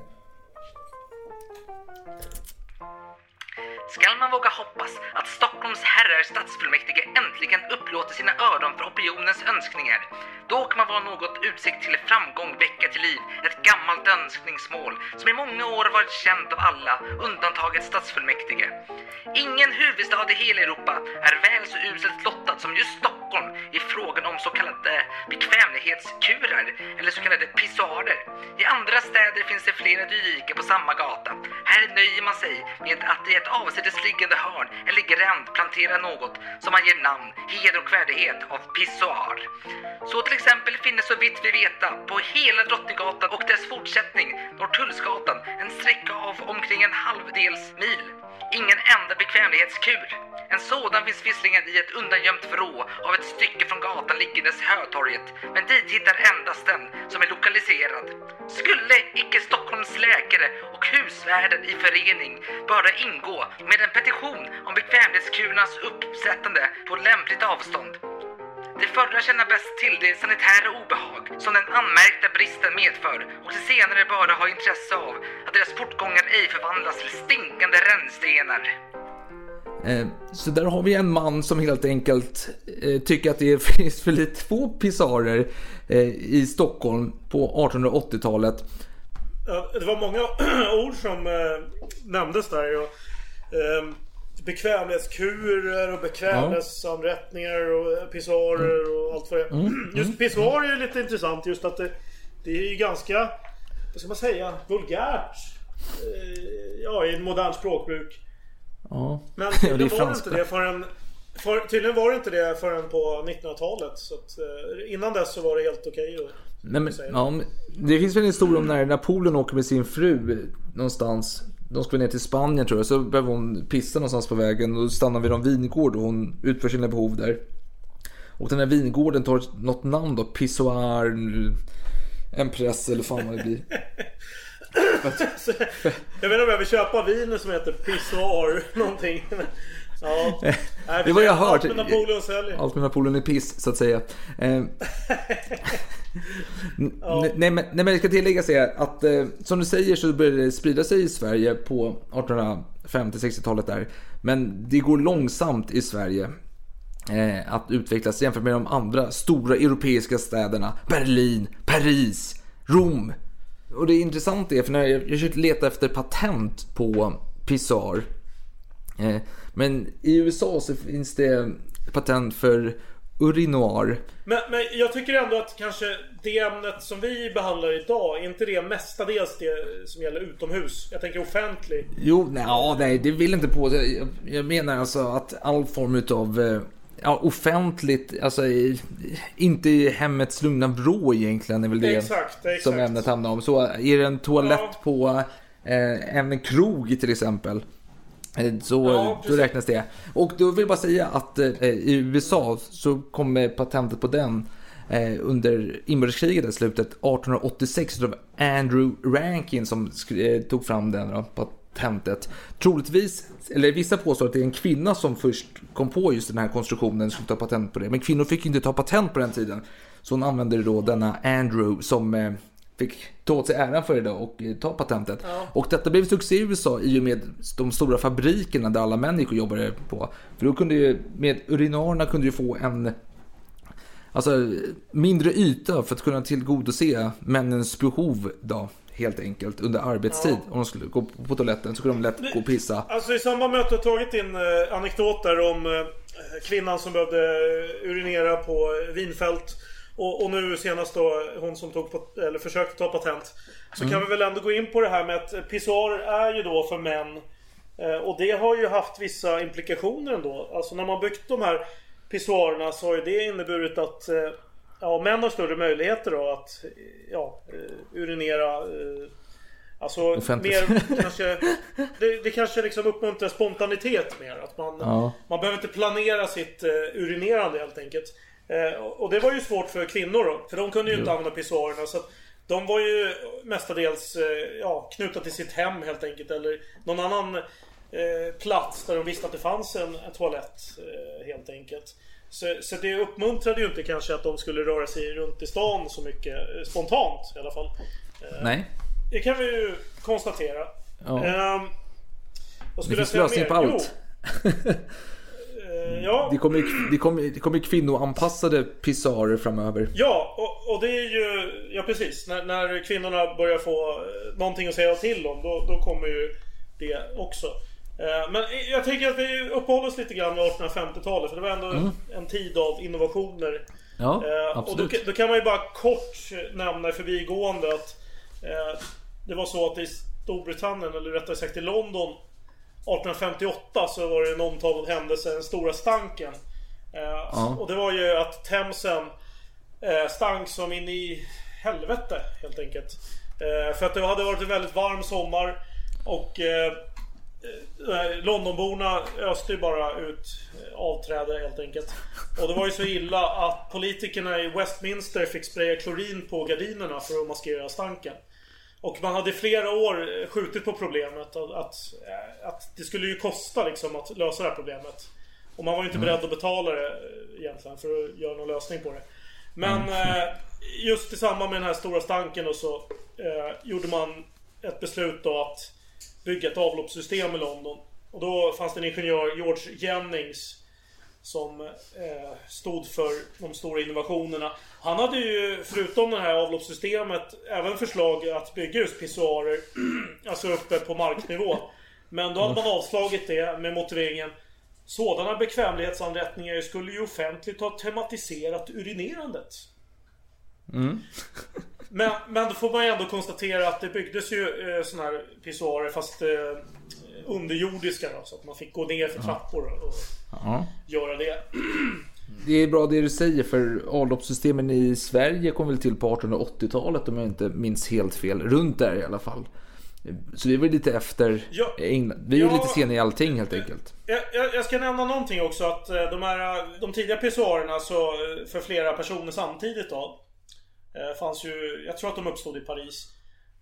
Skall man våga hoppas att Stockholms herrar stadsfullmäktige äntligen upplåter sina öron för opinionens önskningar, då kan man vara något utsikt till framgång väcka till liv ett gammalt önskningsmål som i många år varit känt av alla, undantaget stadsfullmäktige. Ingen huvudstad i hela Europa är väl så uselt lottad som just Stockholm i frågan om så kallade bekvämlighetskurer eller så kallade pissoarer. I andra städer finns det flera dylika på samma gata. Här nöjer man sig med att i ett avsidesliggande hörn eller gränd plantera något som man ger namn, heder och värdighet av pissoar. Så till exempel finns så vitt vi veta på hela Drottninggatan och dess fortsättning Norrtullsgatan en sträcka av omkring en halvdels mil. Ingen enda bekvämlighetskur. En sådan finns visserligen i ett undangömt vrå av ett stycke från gatan liggandes Hötorget, men dit hittar endast den som är lokaliserad. Skulle icke Stockholms läkare och husvärden i förening böra ingå med en petition om bekvämlighetskurnas uppsättande på lämpligt avstånd. Det förra känner bäst till det sanitära obehag som den anmärkta bristen medför, och det senare bara har intresse av att deras portgångar ej förvandlas till stinkande rännstenar. Eh, så där har vi en man som helt enkelt eh, tycker att det finns för lite få pissarer eh, i Stockholm på artonhundraåttiotalet. Ja, det var många ord som eh, nämndes där. Och, eh, bekvämlighetskurer och bekvämlighetsanrättningar och pissoarer mm. och allt vad det är. Mm. Just pissoarer är lite intressant, just att det, det är ju ganska, vad ska man säga, vulgärt eh, ja, i en modern språkbruk. Ja. Men tydligen var det inte det förrän för, tydligen var det inte det förrän på nittonhundratalet, så att, eh, innan dess så var det helt okej okay. Nej, men, ja, det finns väl en historia om när Napoleon åker med sin fru någonstans. De ska ner till Spanien tror jag. Så behöver hon pissa någonstans på vägen. Och stannar vid en vingård och hon utför sina behov där. Och den här vingården tar något namn då. Pissoir, en press eller fan vad det blir. Jag vet inte om jag vill köpa viner som heter pissoar någonting. Ja. Nej, det var jag hört. Allt med Napoleon säljer. Allt med Napoleon är piss, så att säga. eh. Ja. Nej, men, nej men jag ska tillägga sig att eh, som du säger så började det sprida sig i Sverige på artonhundrafemtio-sextiotalet där. Men det går långsamt i Sverige eh, att utvecklas jämfört med de andra stora europeiska städerna. Berlin, Paris, Rom. Och det är intressant är för när jag, jag försökte leta efter patent på pissoar. Eh, men i U S A så finns det patent för urinoir. Men, men jag tycker ändå att kanske det ämnet som vi behandlar idag är inte det mestadels det som gäller utomhus. Jag tänker offentlig. Jo, nej, ja, nej det vill inte på. Jag, jag menar alltså att all form utav ja, offentligt, alltså i, inte i hemmets lugna vrå egentligen är väl det exakt, exakt. som ämnet handlar om. Så är det en toalett ja. på eh, en krog till exempel. Så ja, då räknas det. Och då vill jag bara säga att eh, i U S A så kom patentet på den eh, under inbördeskriget i slutet artonhundraåttiosex. Det var Andrew Rankin som skri- eh, tog fram den då, patentet. Troligtvis, eller vissa påstår att det är en kvinna som först kom på just den här konstruktionen som ta patent på det. Men kvinnor fick inte ta patent på den tiden. Så hon använde då denna Andrew som eh, fick ta åt sig äran för det och ta patentet. Ja. Och detta blev succé i U S A i och med de stora fabrikerna där alla människor jobbade på. För då kunde ju, med urinarna kunde du få en alltså mindre yta för att kunna tillgodose männens behov då, helt enkelt under arbetstid. Ja. Om de skulle gå på toaletten så kunde de lätt gå och pissa. Alltså i samband med att du har tagit in eh, anekdoter om eh, kvinnan som behövde urinera på vinfält. Och, och nu senast då hon som tog på, eller försökte ta patent. Så mm. kan vi väl ändå gå in på det här med att pissoar är ju då för män. eh, Och det har ju haft vissa implikationer ändå. Alltså när man byggt de här pissoarerna så har ju det inneburit att eh, ja, män har större möjligheter då att ja, eh, urinera eh, alltså offentligt. Mer kanske det, det kanske liksom uppmuntrar spontanitet mer. Att man, ja. man behöver inte planera sitt eh, urinerande helt enkelt. Eh, och det var ju svårt för kvinnor då, för de kunde ju jo. inte använda pissoarerna. Så att de var ju mestadels eh, ja, knutna till sitt hem helt enkelt. Eller någon annan eh, plats där de visste att det fanns en, en toalett eh, helt enkelt. Så, så det uppmuntrade ju inte kanske att de skulle röra sig runt i stan så mycket eh, spontant i alla fall. eh, Nej. Det kan vi ju konstatera. Ja. eh, Vad skulle det jag säga mer? På allt. Ja. Det kommer, det kommer, det kommer kvinnoanpassade pissoarer framöver. Ja, och, och det är ju ja precis, när, när kvinnorna börjar få någonting att säga till om, då, då kommer ju det också. eh, Men jag tänker att vi uppehåller oss lite grann med artonhundrafemtiotalet, för det var ändå mm. en tid av innovationer. Ja, eh, absolut. Och då, då kan man ju bara kort nämna i förbigående att eh, det var så att i Storbritannien, eller rättare sagt i London artonhundrafemtioåtta, så var det en omtalad händelse, den stora stanken. eh, ja. Och det var ju att Themsen eh, stank som in i helvete helt enkelt. eh, För att det hade varit en väldigt varm sommar. Och eh, Londonborna öste ju bara ut avträde helt enkelt. Och det var ju så illa att politikerna i Westminster fick spraya klorin på gardinerna för att maskera stanken. Och man hade i flera år skjutit på problemet att, att, att det skulle ju kosta liksom att lösa det här problemet. Och man var ju inte beredd att betala det egentligen för att göra någon lösning på det. Men mm. just i samband med den här stora stanken och så eh, gjorde man ett beslut då att bygga ett avloppssystem i London. Och då fanns det en ingenjör, George Jennings, som eh, stod för de stora innovationerna. Han hade ju förutom det här avloppssystemet även förslag att bygga just pissoarer alltså uppe på marknivå. Men då hade man avslagit det med motiveringen: sådana bekvämlighetsanrättningar skulle ju offentligt ha tematiserat urinerandet. Mm. Men, men då får man ju ändå konstatera att det byggdes ju eh, såna här pissoarer fast eh, underjordiska då, så att man fick gå ner för trappor och, och ja. göra det. Det är bra det du säger, för avloppssystemen i Sverige kom väl till på artonhundraåttiotalet om jag inte minns helt fel, runt där i alla fall. Så vi var lite efter ja, England. Vi är ja, lite sena i allting helt enkelt. Jag, jag, jag ska nämna någonting också, att de här de tidiga pissoarerna så för flera personer samtidigt då fanns ju, jag tror att de uppstod i Paris.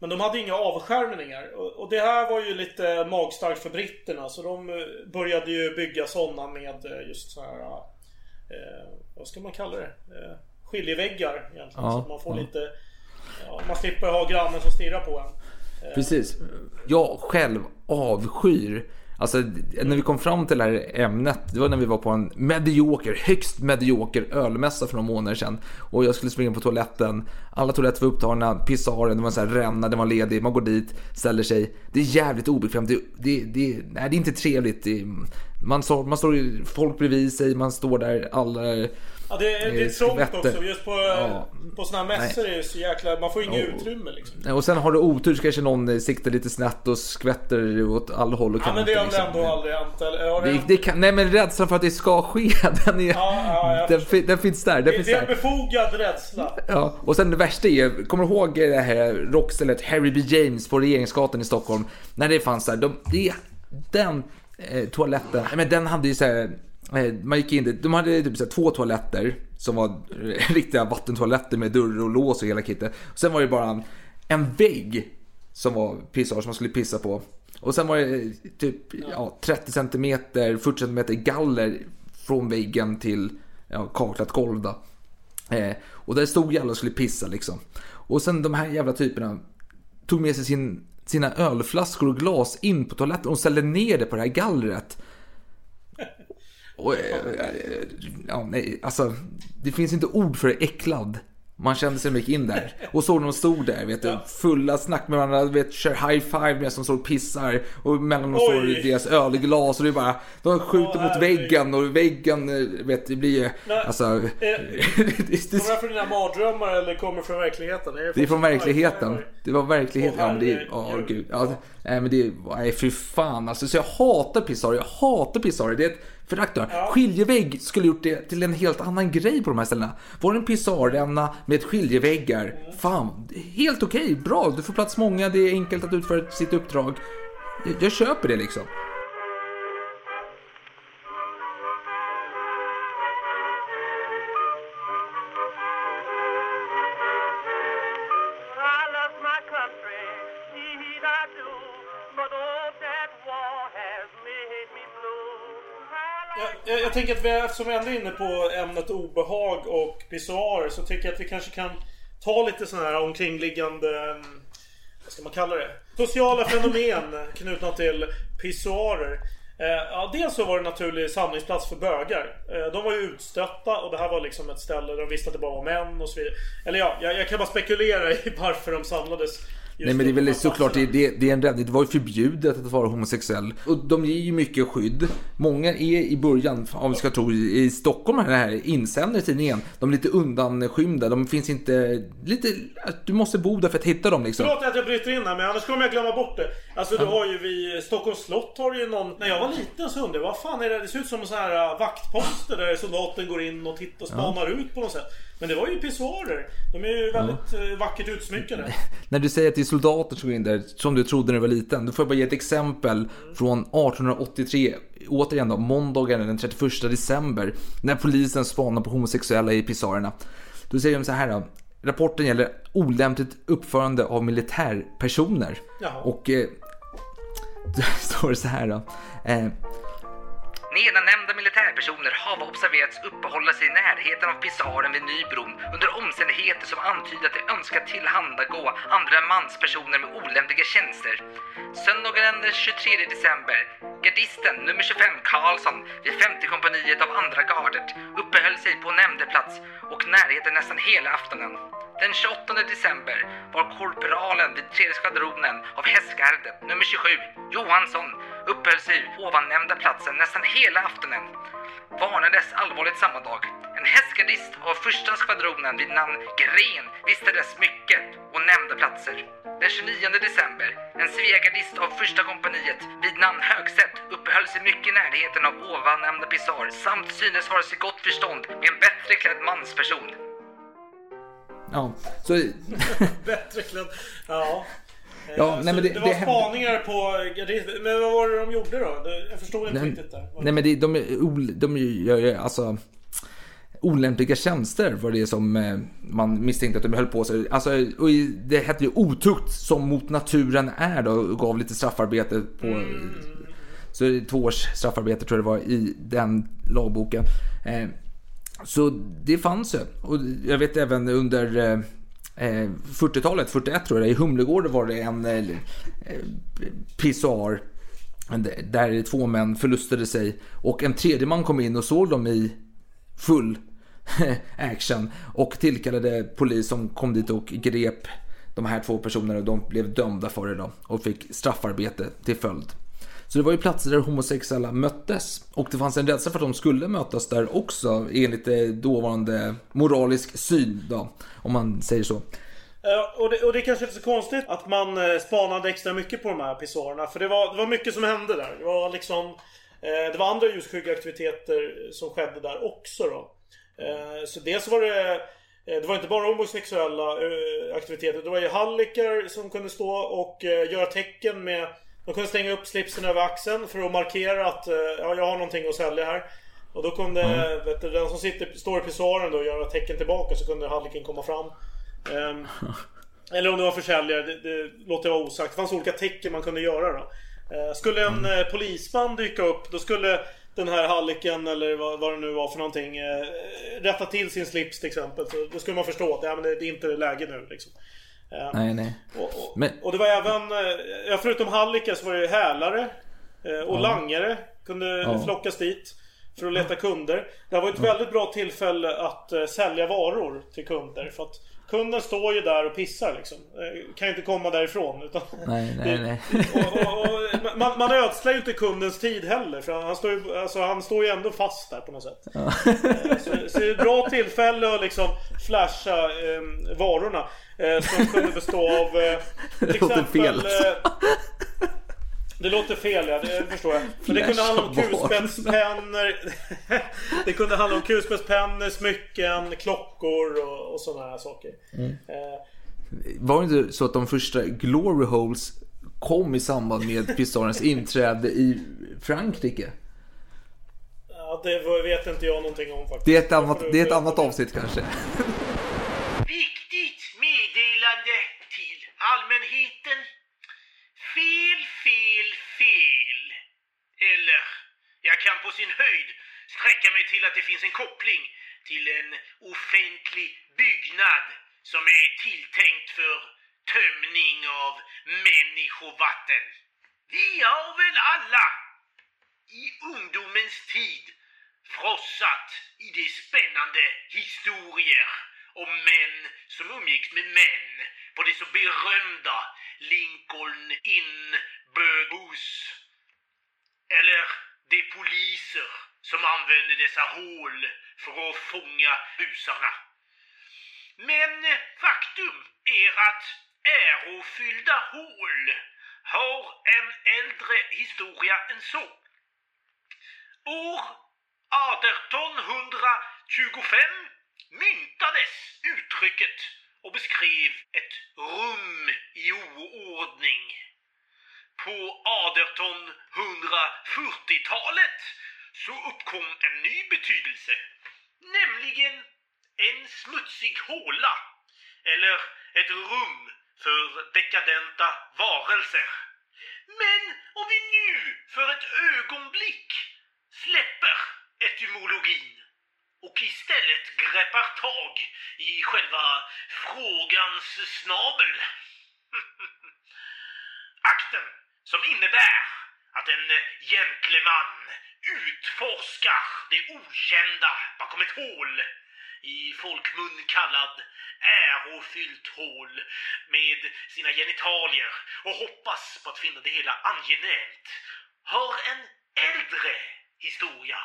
Men de hade inga avskärmningar. Och, och det här var ju lite magstarkt för britterna. Så de började ju bygga sådana med just så här... Eh, vad ska man kalla det? Eh, skiljeväggar egentligen. Ja, så att man får ja. lite... Ja, man slipper ha grannen som stirrar på en. Eh. Precis. Jag själv avskyr... Alltså när vi kom fram till det här ämnet, det var när vi var på en medioker, högst medioker ölmässa för några månader sedan. Och jag skulle springa på toaletten, alla toaletter var upptagna, pissoaren, det var en sån här ränna, den var ledig, man går dit, ställer sig. Det är jävligt obekvämt, det, det, det, nej, det är inte trevligt. Det, man, står, man står folk bredvid sig, man står där, alla... Ja, det, är, det är trångt också, just på, ja. på såna här mässor är det så jäkla, man får inget oh. utrymme liksom. Och sen har du otur så kanske någon siktar lite snett och skvätter åt alla håll och ja, men det har liksom. Ändå aldrig hänt eller, det, det kan, nej men rädslan för att det ska ske den, är, ja, ja, den, den finns där den det, finns det är en där. befogad rädsla. Ja, och sen det värsta är, kommer du ihåg det här rockstället Harry B. James på Regeringsgatan i Stockholm, när det fanns där, de, det, den eh, toaletten, men den hade ju så här, man gick in, de hade typ så här, två toaletter som var riktiga vattentoaletter med dörr och lås och hela kittet. Sen var det bara en, en vägg som var pissar som man skulle pissa på. Och sen var det typ ja, trettio centimeter, fyrtio centimeter galler från väggen till ja, kaklat golv då. Eh, och där stod alla och skulle pissa liksom. Och sen de här jävla typerna tog med sig sin, sina ölflaskor och glas in på toaletten och ställde ner det på det här gallret. Och, ja, nej, alltså det finns inte ord för äcklad. Man kände sig mycket in där. Och så de stod där, vet du, fulla snack med varandra, vet, kör high five med som står och pissar. Och mellan dem står deras ölglas. Och det är bara, de skjuter oh, mot väggen. Och väggen, vet det blir nej, alltså är, det, det, kommer det från dina mardrömmar eller kommer från verkligheten? Är det, det är från verkligheten. Det var verkligheten, oh, ja, men det är, åh oh, gud ja, nej, men det är, nej fy fan alltså, så jag hatar pissar, jag hatar pissar. Det är ett föraktar. Ja. Skiljevägg skulle gjort det till en helt annan grej på de här ställena. Var det en pissarränna med skiljeväggar? Mm. Fan, helt okej, okay, bra. Du får plats många, det är enkelt att utföra sitt uppdrag. Jag, jag köper det liksom. Jag, jag tänker att vi, eftersom vi ändå är inne på ämnet obehag och pissoarer, så tycker jag att vi kanske kan ta lite sådana här omkringliggande, vad ska man kalla det, sociala fenomen knutna till pissoarer. Eh, ja, dels så var det en naturlig samlingsplats för bögar. Eh, de var ju utstötta och det här var liksom ett ställe där de visste att det bara var män och så vidare. Eller ja, jag, jag kan bara spekulera i varför de samlades. Nej, men det är väl såklart, det, det, det är en räddning. Det var ju förbjudet att vara homosexuell. Och de ger ju mycket skydd. Många är i början, om vi ska tro, i Stockholm här, den här insändare tidningen, de är lite undanskymda. De finns inte, lite, du måste bo där för att hitta dem liksom. Förlåt att jag bryter in här, men annars kommer jag glömma bort det. Alltså du har ju vid Stockholms slott har ju någon, när jag var liten så undrade, vad fan är det? Det ser ut som så här vaktposter där soldaten går in och tittar och spanar ja. ut på något sätt. Men det var ju pissoarer. De är ju väldigt ja. vackert utsmyckade. När du säger att det är soldater som går in där, som du trodde när du var liten, då får jag bara ge ett exempel mm. från arton åttiotre, återigen då, måndagen den trettioförsta december, när polisen spanar på homosexuella i pissoarerna. Då säger de så här då, rapporten gäller olämpligt uppförande av militärpersoner. Jaha. Och eh, då står det så här då. Eh, Nedernämnda militärpersoner har observerats uppehålla sig i närheten av pissoaren vid Nybron under omständigheter som antyder att de önskar tillhandagå andra manspersoner med olämpliga tjänster. Söndagen den tjugotredje december, gardisten nummer tjugofem Karlsson vid femte kompaniet av andra gardet uppehöll sig på nämnde plats och närheten nästan hela aftonen. Den tjugoåttonde december var korporalen vid tredje skvadronen av hästgardet nummer tjugosju, Johansson, uppehöll sig ovan nämnda platsen nästan hela aftonen. Varnades allvarligt samma dag. En hästgardist av första skvadronen vid namn Gren vistades mycket och nämnda platser. Den tjugonionde december, en sveagardist av första kompaniet vid namn Högsätt uppehöll sig mycket i närheten av ovan nämnda pissar samt synes ha sig gott förstånd med en bättre klädd mansperson. Ja, så... Bättre klädd, ja. Ja, nej, men det, det var det spaningar på, men vad var det de gjorde då? Jag förstår inte nej, riktigt där. Nej, men det, de, de gör ju, alltså olämpliga tjänster var det som eh, man misstänkte att de höll på sig. Alltså, och det hette ju otukt som mot naturen är då, och gav lite straffarbete på mm. så två års straffarbete tror jag det var i den lagboken. Eh, så det fanns ju. Och jag vet även under eh, fyrtiotalet, fyrtioett tror jag, i Humlegården var det en eh, pissoar där två män förlustade sig och en tredje man kom in och såg dem i full action och tillkallade polis som kom dit och grep de här två personerna och de blev dömda för det då och fick straffarbete till följd. Så det var ju platser där homosexuella möttes och det fanns en rädsla för att de skulle mötas där också enligt dåvarande moralisk syn då, om man säger så. Uh, och, det, och det är kanske inte så konstigt att man uh, spanade extra mycket på de här pissoarerna. För det var, det var mycket som hände där. Det var liksom uh, det var andra ljusskygga aktiviteter som skedde där också då. Uh, så dels var det uh, det var inte bara homosexuella uh, aktiviteter. Det var ju hallickar som kunde stå och uh, göra tecken med. De kunde stänga upp slipsen över axeln för att markera att uh, ja, jag har någonting att sälja här. Och då kunde mm. vet du, den som sitter, står i pissoaren då göra tecken tillbaka, så kunde halliken komma fram. Um, eller om det var försäljare, det, det låter vara osagt. Det fanns olika tecken man kunde göra då. uh, Skulle en uh, polisman dyka upp, då skulle den här halliken, eller vad, vad det nu var för någonting, uh, rätta till sin slips till exempel. Så då skulle man förstå att ja, men det, det är inte läge nu liksom. uh, Nej, nej. Och, och, men... och det var även uh, förutom hallikar så var det hälare uh, och ja. langare kunde ja. flockas dit för att leta kunder. Det var ett ja. väldigt bra tillfälle att uh, sälja varor till kunder. För att kunden står ju där och pissar liksom. Kan ju inte komma därifrån utan nej, nej, nej. och, och, och, man, man ödslar ju inte kundens tid heller. För han står ju, alltså, han står ju ändå fast där på något sätt. Ja. Så, så det är ett bra tillfälle att liksom flasha eh, varorna eh, som kunde bestå av eh, till exempel fel. Eh, det låter fel, ja, det förstår jag. Men det kunde handla om kulspetspennor. Det kunde handla om kulspetspennor, smycken, klockor och, och sådana här saker. Mm. Eh. Var det inte så att de första glory holes kom i samband med pissoarens inträde i Frankrike? Ja, det vet inte jag någonting om faktiskt. Det är ett annat, det är ett annat avsnitt kanske. Viktigt meddelande till allmänheten. Fel, fel, fel. Eller, jag kan på sin höjd sträcka mig till att det finns en koppling till en offentlig byggnad som är tilltänkt för tömning av människovatten. Vi har väl alla i ungdomens tid frossat i de spännande historier om män som umgicks med män på det så berömda Lincoln Inn-bus. Eller de poliser som använde dessa hål för att fånga busarna. Men faktum är att ärofyllda hål har en äldre historia än så. År arton tjugofem myntades uttrycket och beskrev ett rum i oordning. På arton fyrtiotalet så uppkom en ny betydelse, nämligen en smutsig håla eller ett rum för dekadenta varelser. Men om vi nu för ett ögonblick släpper etymologin och istället greppar tag i själva frågans snabel. Akten som innebär att en gentleman utforskar det okända bakom ett hål, i folkmun kallad ärofyllt hål, med sina genitalier och hoppas på att finna det hela angenämt, har en äldre historia.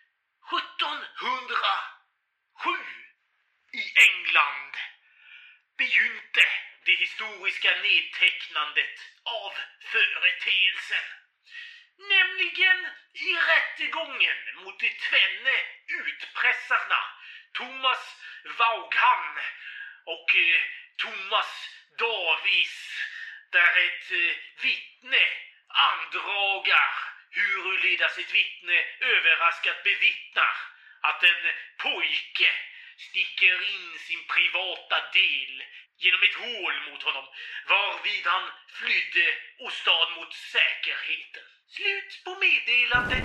sjuttonhundrasju i England begynte det historiska nedtecknandet av företeelsen. Nämligen i rättegången mot de tvenne utpressarna Thomas Vaughan och eh, Thomas Davis, där ett eh, vittne andragar huruvida sitt vittne överraskat bevittnar att en pojke sticker in sin privata del genom ett hål mot honom, varvid han flydde ostad mot säkerheten. Slut på meddelandet.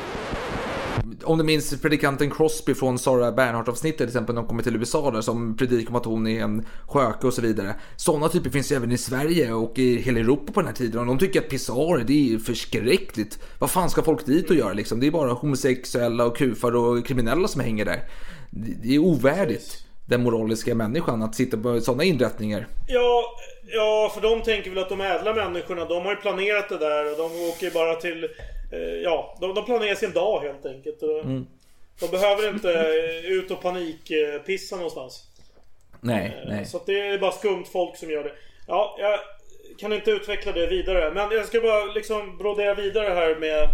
Om du minns predikanten Crosby från Sarah Bernhardt-avsnittet till exempel, när de kommer till U S A där, som predikar om att hon är en sköke och så vidare. Sådana typer finns ju även i Sverige och i hela Europa på den här tiden. Och de tycker att pissoarer, det är förskräckligt. Vad fan ska folk dit och göra liksom? Det är bara homosexuella och kufar och kriminella som hänger där. Det är ovärdigt den moraliska människan att sitta på sådana inrättningar. Ja, ja, för de tänker väl att de ädla människorna, de har ju planerat det där och de åker bara till... Ja, de, de planerar sin dag helt enkelt. Mm. De behöver inte ut och panikpissa någonstans. Nej, nej. Så att det är bara skumt folk som gör det. Ja, jag kan inte utveckla det vidare. Men jag ska bara liksom brodera vidare här med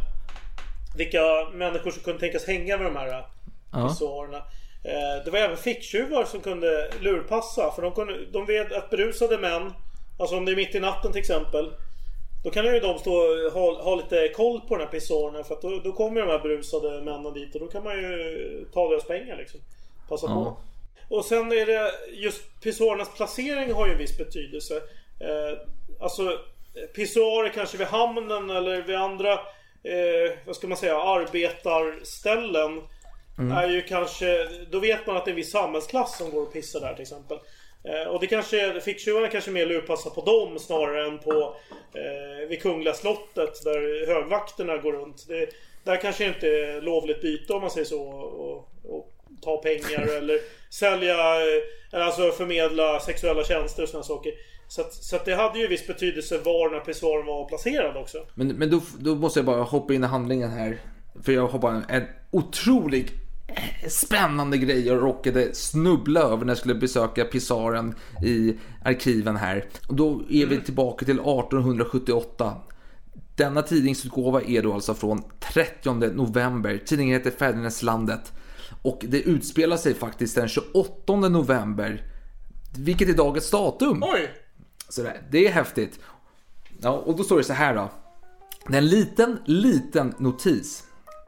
vilka människor som kunde tänkas hänga med de här pissoarerna. Det var även ficktjuvar som kunde lurpassa. För de, kunde, de vet att berusade män, alltså om det är mitt i natten till exempel, då kan ju de stå och ha, ha lite koll på den här pissoarerna. För att då, då kommer de här berusade männen dit och då kan man ju ta deras pengar liksom. Passa på. Ja. Och sen är det just pissoarnas placering har ju en viss betydelse. Eh, alltså pissoarer kanske vid hamnen eller vid andra eh, vad ska man säga, arbetarställen. Mm. Är ju kanske, då vet man att det är en viss samhällsklass som går och pissar där till exempel. Eh, och det kanske, ficktjuvarna kanske mer lurpassar på dem snarare än på eh, vid Kungliga slottet där högvakterna går runt. Det, där kanske inte är lovligt byte om man säger så, och, och ta pengar eller sälja, eller alltså förmedla sexuella tjänster och såna saker. Så att, så att det hade ju viss betydelse var den här pissoaren var placerad också. Men, men då, då måste jag bara hoppa in i handlingen här. För jag har bara en, en otrolig spännande grej jag råkade snubbla över när jag skulle besöka pissoaren i arkiven här. Och då är vi tillbaka till arton sjuttioåtta. Denna tidningsutgåva är då alltså från trettionde november. Tidningen heter Fäderneslandet. Och det utspelar sig faktiskt den tjugoåttonde november. Vilket är dagens datum. Oj! Så där, det är häftigt. Ja, och då står det så här då. Det är en liten, liten notis.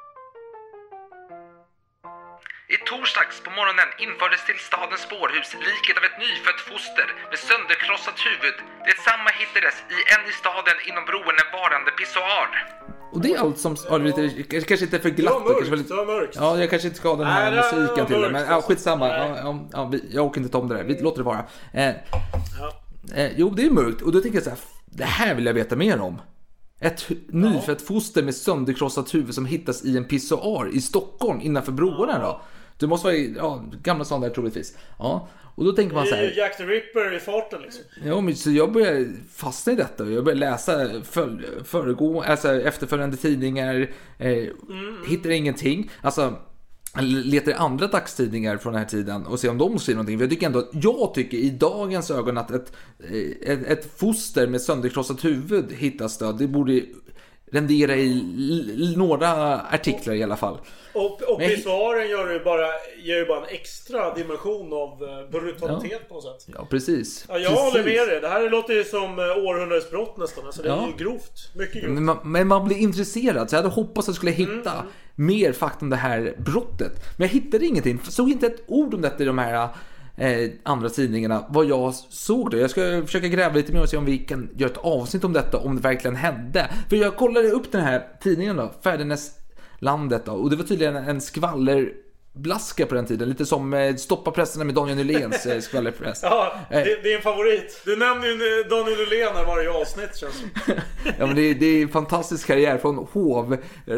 I torsdags på morgonen infördes till stadens spårhus liket av ett nyfött foster med sönderkrossat huvud. Detsamma hittades i en i staden inom broen varande pissoar. Och det är allt som... Ja, lite, kanske inte för glatt. Det var mörkt, lite, det var mörkt. Ja, jag kanske inte ska ha den här Nej, musiken till det. Men ja, skitsamma. Nej. Ja, ja, ja, vi, jag åker inte om det där. Vi låter det vara. Eh, ja. eh, jo, det är mörkt. Och då tänker jag så här, det här vill jag veta mer om. Ett ja. nyfött foster med sönderkrossat huvud som hittas i en pissoar i Stockholm innanför broarna då. Det måste vara i ja, gamla stan där troligtvis. Ja. Och då tänker man så här. Det är ju Jack the Ripper i farten liksom. Ja, men så jag börjar fastna i detta. Jag börjar läsa för, föregå, alltså efterföljande tidningar. Eh, mm. Hittar ingenting. Alltså letar andra dagstidningar från den här tiden och ser om de skriver någonting. För jag tycker ändå, jag tycker i dagens ögon att ett, ett, ett foster med sönderkrossat huvud hittas då. Det borde rendera i l- några artiklar i alla fall. Och, och pissoaren gör ju bara, ger ju bara en extra dimension av brutalitet ja. på något sätt. Ja, precis. Ja, jag precis. håller med dig. Det här låter ju som århundradets brott nästan. Alltså det ja. är ju grovt. Mycket grovt. Men man, men man blir intresserad. Så jag hade hoppats att jag skulle hitta mm. mer fakta om det här brottet. Men jag hittade ingenting. Jag såg inte ett ord om detta i de här eh, andra tidningarna. Vad jag såg det. Jag ska försöka gräva lite mer och se om vi kan göra ett avsnitt om detta. Om det verkligen hände. För jag kollade upp den här tidningen då. Fäderneslandet då. Och det var tydligen en skvaller blaska på den tiden. Lite som Stoppa pressarna med Daniel Nyléns skvallerpress. Ja, det, det är en favorit. Du nämner ju Daniel Nylén här varje avsnitt känns det. Ja, men det, det är en fantastisk karriär från hov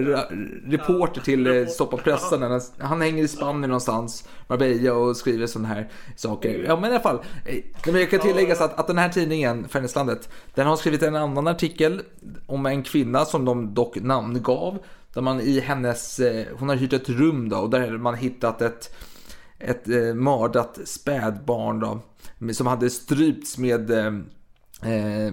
reporter till ja, Stoppa pressarna. Han hänger i Spanien någonstans, Marbella, och skriver sådana här saker. Ja, men i alla fall. Men jag kan tillägga så att, att den här tidningen, Fäderneslandet, den har skrivit en annan artikel om en kvinna som de dock namngav. Där man i hennes, hon har hyrt ett rum då, och där har man hittat ett, ett eh, mördat spädbarn då, som hade strypts med, eh, eh,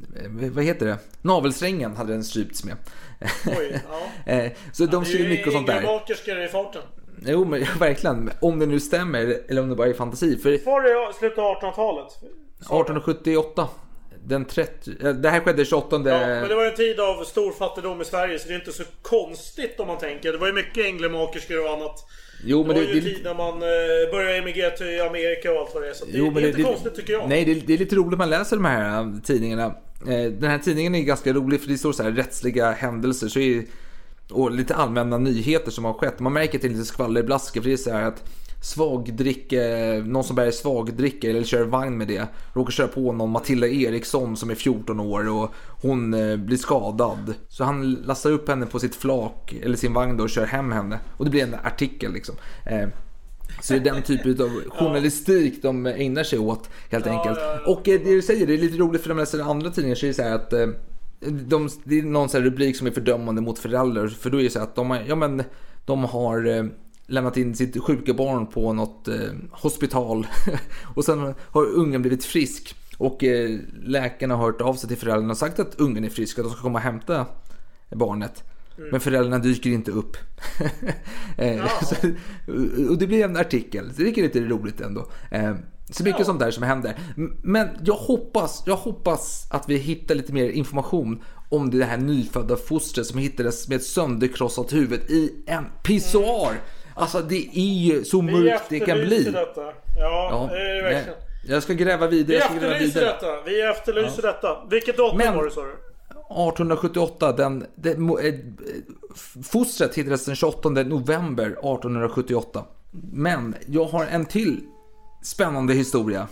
vad heter det? Navelsträngen hade den strypts med. Oj, ja. eh, så de skriver mycket och sånt där. Det är ju makerskor i farten. Jo, men verkligen. Om det nu stämmer, eller om det bara är fantasi. För var det slutet av artonhundratalet? arton sjuttioåtta. den trettio... Det här skedde tjugoåttonde... Ja, men det var en tid av stor fattigdom i Sverige, så det är inte så konstigt om man tänker. Det var ju mycket änglemakerskor och annat. Jo, men det var det, ju det, tid när man började emigrera till Amerika och allt vad det är. Så det, jo, det är inte det, konstigt tycker jag. Nej, det, det är lite roligt man läser de här tidningarna. Den här tidningen är ganska rolig för det står så här rättsliga händelser så är, och lite allmänna nyheter som har skett. Man märker till lite skvallerblaskor, för det är så här att svagdricke, någon som bär svagdricke eller kör vagn med det, råkar köra på någon Matilda Eriksson som är fjorton år och hon blir skadad. Så han lastar upp henne på sitt flak eller sin vagn då och kör hem henne. Och det blir en artikel liksom. Så det är den typen av journalistik de ägnar sig åt helt enkelt. Och det du säger, det är lite roligt för de läser andra tidningar, så är det så här att de, det är någon sån här rubrik som är fördömande mot föräldrar. För då är det så att de, ja, men, de har lämnat in sitt sjuka barn på något eh, hospital och sen har ungen blivit frisk och eh, läkarna har hört av sig till föräldrarna och sagt att ungen är frisk, att de ska komma och hämta barnet. Mm. Men föräldrarna dyker inte upp. eh, så, och det blir en artikel. Så det är lite roligt ändå. Eh, så mycket ja. Sånt där som händer. Men jag hoppas, jag hoppas att vi hittar lite mer information om det här nyfödda fostret som hittades med ett sönderkrossat huvud i en pissoar. Mm. Alltså det är ju så mörkt det kan bli. Detta. Ja, ja, det är det verkligen. Jag ska gräva vidare. Vi jag ska efterlyser gräva detta. Vi efterlyser ja. detta. Vilket datum Men, var det, sa du? arton sjuttioåtta, den, den, eh, fostret hittades den tjugoåttonde november arton sjuttioåtta. Men jag har en till spännande historia.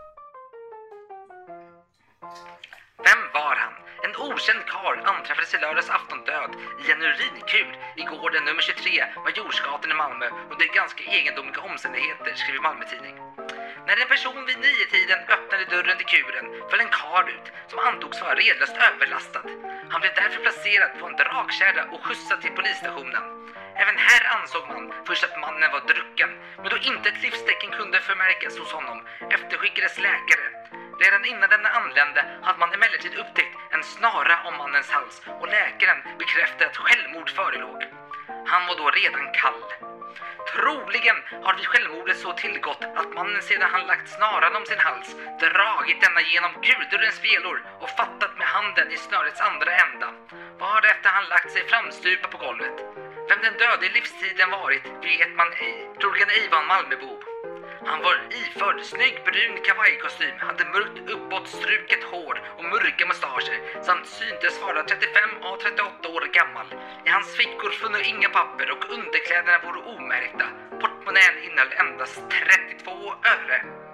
Vem var han? En okänd karl anträffades i lördags afton död i en urinkur i gården nummer tjugotre, Majorsgatan i Malmö, under ganska egendomliga omständigheter, skriver Malmö-tidning. När en person vid nio-tiden öppnade dörren till kuren föll en karl ut som antogs vara redlöst överlastad. Han blev därför placerad på en dragkärra och skjutsad till polisstationen. Även här ansåg man först att mannen var drucken, men då inte ett livstecken kunde förmärkas hos honom efterskickades läkare. Redan innan den anlände hade man emellertid upptäckt en snara om mannens hals och läkaren bekräftade att självmord förelåg. Han var då redan kall. Troligen har vid självmordet så tillgått att mannen sedan han lagt snaran om sin hals dragit denna genom kurdurrens spelor och fattat med handen i snörets andra ända. Varefter han lagt sig framstupa på golvet. Vem den döde i livstiden varit vet man ej. Troligen ej var en Malmöbo. Han var iförd snygg brun kavajkostym, hade mörkt uppåt struket hår och mörka mustascher samt syntes vara trettiofem och trettioåtta år gammal. I hans fickor funno inga papper och underkläderna vore omärkta. Portmonnän innehöll endast trettiotvå öre.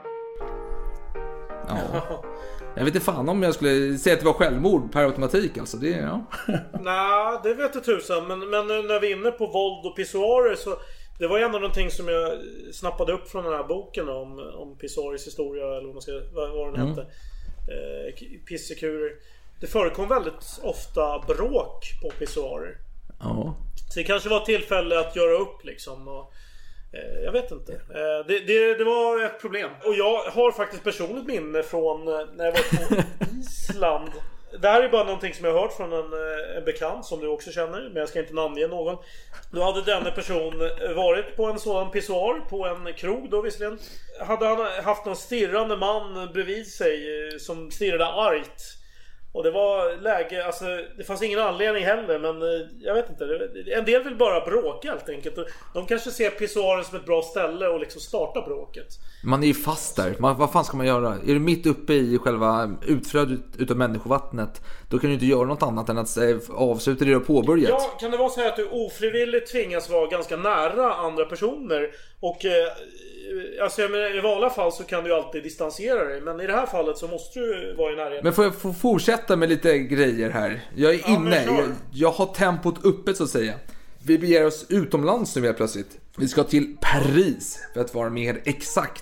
Ja. Jag vet inte fan om jag skulle säga att det var självmord per automatik alltså. Det, ja. Nej, det vet jag tusan. Men, men när vi är inne på våld och pissoarer så... Det var ju ändå någonting som jag snappade upp från den här boken om, om pissoarers historia, eller vad, man ska, vad, vad den mm. hette. Eh, pissekurer. Det förekom väldigt ofta bråk på pissoarer. Ja. Så det kanske var tillfälle att göra upp liksom. Och, eh, jag vet inte. Eh, det, det, det var ett problem. Och jag har faktiskt personligt minne från när jag var på Island. Det här är bara någonting som jag har hört från en, en bekant som du också känner, men jag ska inte namnge någon. Då hade denna person varit på en sådan pissoar på en krog då visserligen. Hade han haft någon stirrande man bredvid sig som stirrade argt. Och det var läge, alltså det fanns ingen anledning heller, men jag vet inte. En del vill bara bråka helt enkelt. De kanske ser pissoaren som ett bra ställe och liksom starta bråket. Man är ju fast där. Man, vad fan ska man göra? Är du mitt uppe i själva utflödet utav människovattnet, då kan du inte göra något annat än att avsluta det du har påbörjat. Ja, kan det vara så här att du ofrivilligt tvingas vara ganska nära andra personer? Och eh, alltså jag menar, i vanliga fall så kan du ju alltid distansera dig, men i det här fallet så måste du vara i närheten. Men får jag få fortsätta med lite grejer här? Jag är ja, inne, jag, jag har tempot uppe så att säga. Vi beger oss utomlands nu helt plötsligt. Vi ska till Paris för att vara mer exakt.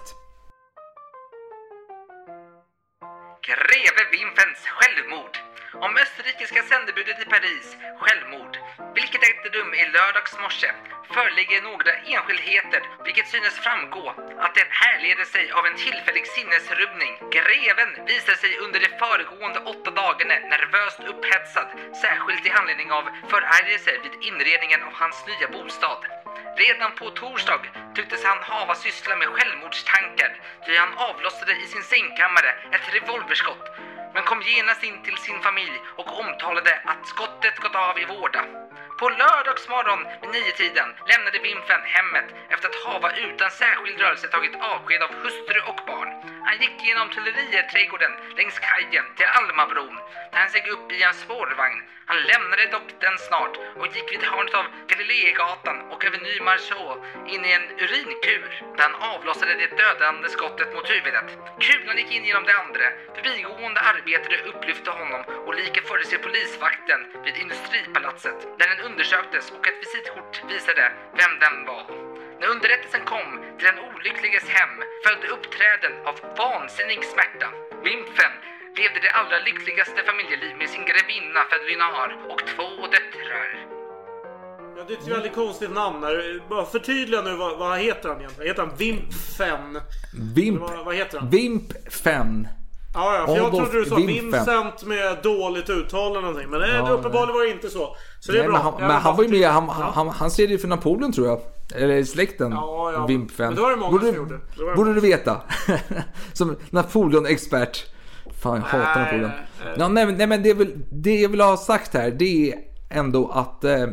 Greve Wimpfens självmord. Om österrikiska sändebudet i Paris självmord, vilket ägde rum i lördags morse, föreligger några enskildheter vilket synes framgå att det härleder sig av en tillfällig sinnesrubbning. Greven visar sig under de föregående åtta dagarna nervöst upphetsad, särskilt i anledning av förargelse vid inredningen av hans nya bostad. Redan på torsdag tycktes han hava syssla med självmordstankar, då han avlossade i sin sängkammare ett revolverskott. men kom genast in till sin familj och omtalade att skottet gått av i Vårda. På lördagsmorgon vid nio-tiden lämnade Wimpfen hemmet efter att hava utan särskild rörelse tagit avsked av hustru och barn. Han gick genom Tullerierträdgården längs kajen till Almabron där han steg upp i en spårvagn. Han lämnade dock den snart och gick vid hörnet av Galileagatan och över Ny Marceau in i en urinkur där han avlossade det dödande skottet mot huvudet. Kulan gick in genom det andra. Förbigående arbetare upplyfte honom och lika förde sig polisvakten vid Industripalatset där den undersöktes och ett visitkort visade vem den var. När underrättelsen kom till den olyckliges hem följde uppträden av vansinnig smärta. Wimpfen levde det allra lyckligaste familjeliv med sin grevinna Fedlinar och två döttrar. Ja, det är ett väldigt konstigt namn här. Bara förtydliga nu, vad, vad heter han egentligen? Heter han Wimpfen? Vimp. Vad, vad heter han? Wimpfen. Ja, ja, för jag Adolf trodde du sa Wimpfen. Vincent med dåligt uttal eller någonting. Men Ja, ja, uppenbarligen var det inte så. Så det är Nej, bra. men han, Jag men han var ju med, han, Ja. han, han ser ju för Napoleon tror jag. Eller släkten. Ja, ja. Wimpfen. Men det var det många borde, som gjorde. Det var det borde många. du veta. Som Napoleon-expert. Fan, jag hatar Nej, Napoleon. nej. Ja, nej, nej, men det, är väl, det jag vill ha sagt här, det är ändå att eh,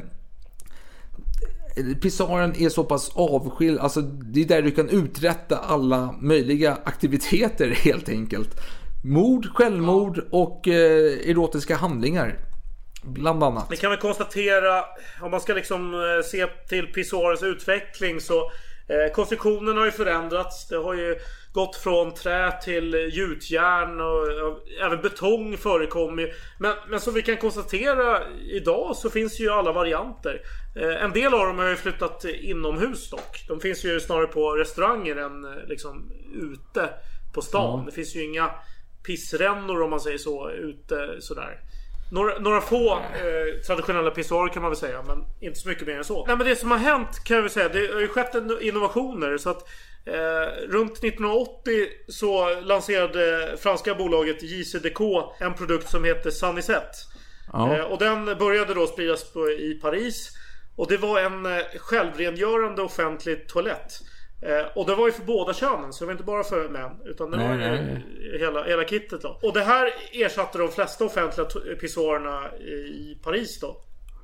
Pisaren är så pass avskild, alltså det är där du kan uträtta alla möjliga aktiviteter helt enkelt. Mord, självmord och eh, erotiska handlingar bland annat. Vi kan väl konstatera, om man ska liksom eh, se till pissoarens utveckling, så eh, konstruktionen har ju förändrats. Det har ju gått från trä till gjutjärn och, och även betong förekommer. Men, men som vi kan konstatera idag så finns ju alla varianter. Eh, en del av dem har ju flyttat inomhus dock. De finns ju snarare på restauranger än eh, liksom ute på stan. Ja. Det finns ju inga pissrännor om man säger så ute sådär. Några, några få eh, traditionella pissoarer kan man väl säga, men inte så mycket mer än så. Nej, men det som har hänt kan jag väl säga, det har ju skett innovationer så att eh, runt nittonhundraåttio så lanserade franska bolaget J C D K en produkt som heter Sanisette. Ja. Eh, och den började då spridas på, i Paris. Och det var en eh, självrengörande offentlig toalett. Eh, och det var ju för båda könen, så det var inte bara för män, utan det Nej, var nej. ju hela, hela kittet då. Och det här ersatte de flesta offentliga to- pissoarerna i Paris då.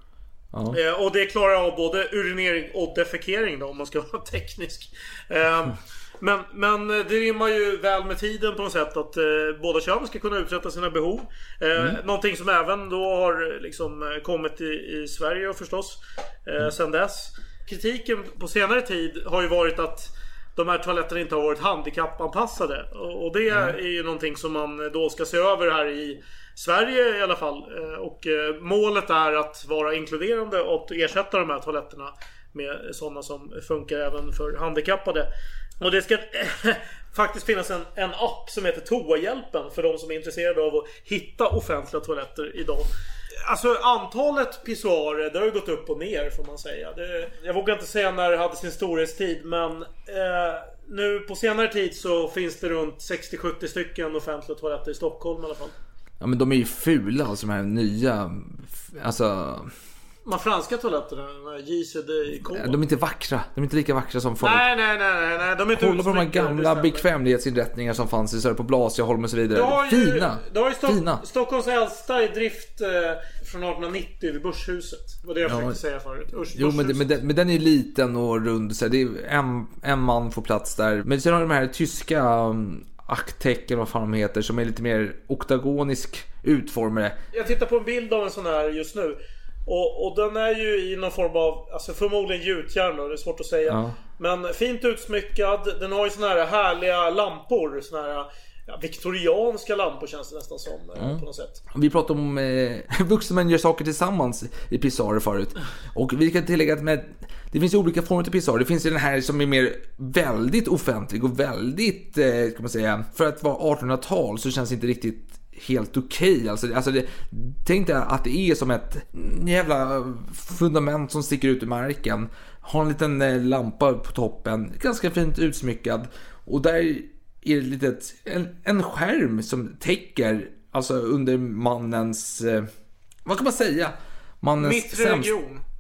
Ja. Eh, och det klarar av både urinering och defekering då, om man ska vara teknisk. Eh, men, men det rimmar ju väl med tiden på något sätt att eh, båda könen ska kunna uträtta sina behov. Eh, Mm. Någonting som även då har liksom kommit i, i Sverige förstås eh, Mm. sedan dess. Kritiken på senare tid har ju varit att de här toaletterna inte har varit handikappanpassade. Och, och det Mm. är ju någonting som man då ska se över här i Sverige i alla fall. Eh, Och eh, målet är att vara inkluderande och ersätta de här toaletterna med sådana som funkar även för handikappade. Och det ska eh, faktiskt finnas en, en app som heter Toahjälpen för de som är intresserade av att hitta offentliga toaletter idag. Alltså antalet pissoarer, det har ju gått upp och ner får man säga. Det, jag vågar inte säga när det hade sin storhetstid, men eh, nu på senare tid så finns det runt sextio till sjuttio stycken offentliga toaletter i Stockholm i alla fall. Ja, men de är ju fula, alltså de här nya. Alltså, De franska toaletterna, J C D K. de är inte vackra. De är inte lika vackra som förut. Nej, nej, nej, nej, de är inte Kolla på de här utsmyckade, gamla det stämmer. bekvämlighetsinrättningar som fanns i Sverige på Blasieholm och så vidare. Det har ju, Fina. det har ju Stock- Fina. Stockholms äldsta i drift eh, från arton nittio vid Börshuset. Det var det jag Ja, försökte säga förut. Usch, Jo, men, det- Börshuset. men, den, men den är liten och rund. Så det är en, en man får plats där. Men sen har de här tyska um, Actecken, vad fan de heter, som är lite mer oktagonisk utformade. Jag tittar på en bild av en sån här just nu. Och, och den är ju i någon form av, alltså förmodligen gjutjärn då, det är svårt att säga. Ja. Men fint utsmyckad. Den har ju såna här härliga lampor. Såna här ja, viktorianska lampor känns det nästan som Mm. på något sätt. Vi pratade om eh, vuxna män gör saker tillsammans i pissoarer förut. Och vi kan tillägga att med, det finns olika former till pissoarer. Det finns ju den här som är mer väldigt offentlig och väldigt, eh, kan man säga, för att vara artonhundratal så känns det inte riktigt helt okej. Okay. Alltså, alltså det, tänk dig att det är som ett jävla fundament som sticker ut i marken. Har en liten eh, lampa på toppen, ganska fint utsmyckad. Och där är det litet, en, en skärm som täcker, alltså under mannens, eh, vad kan man säga? Mannens Mittre sämst- region.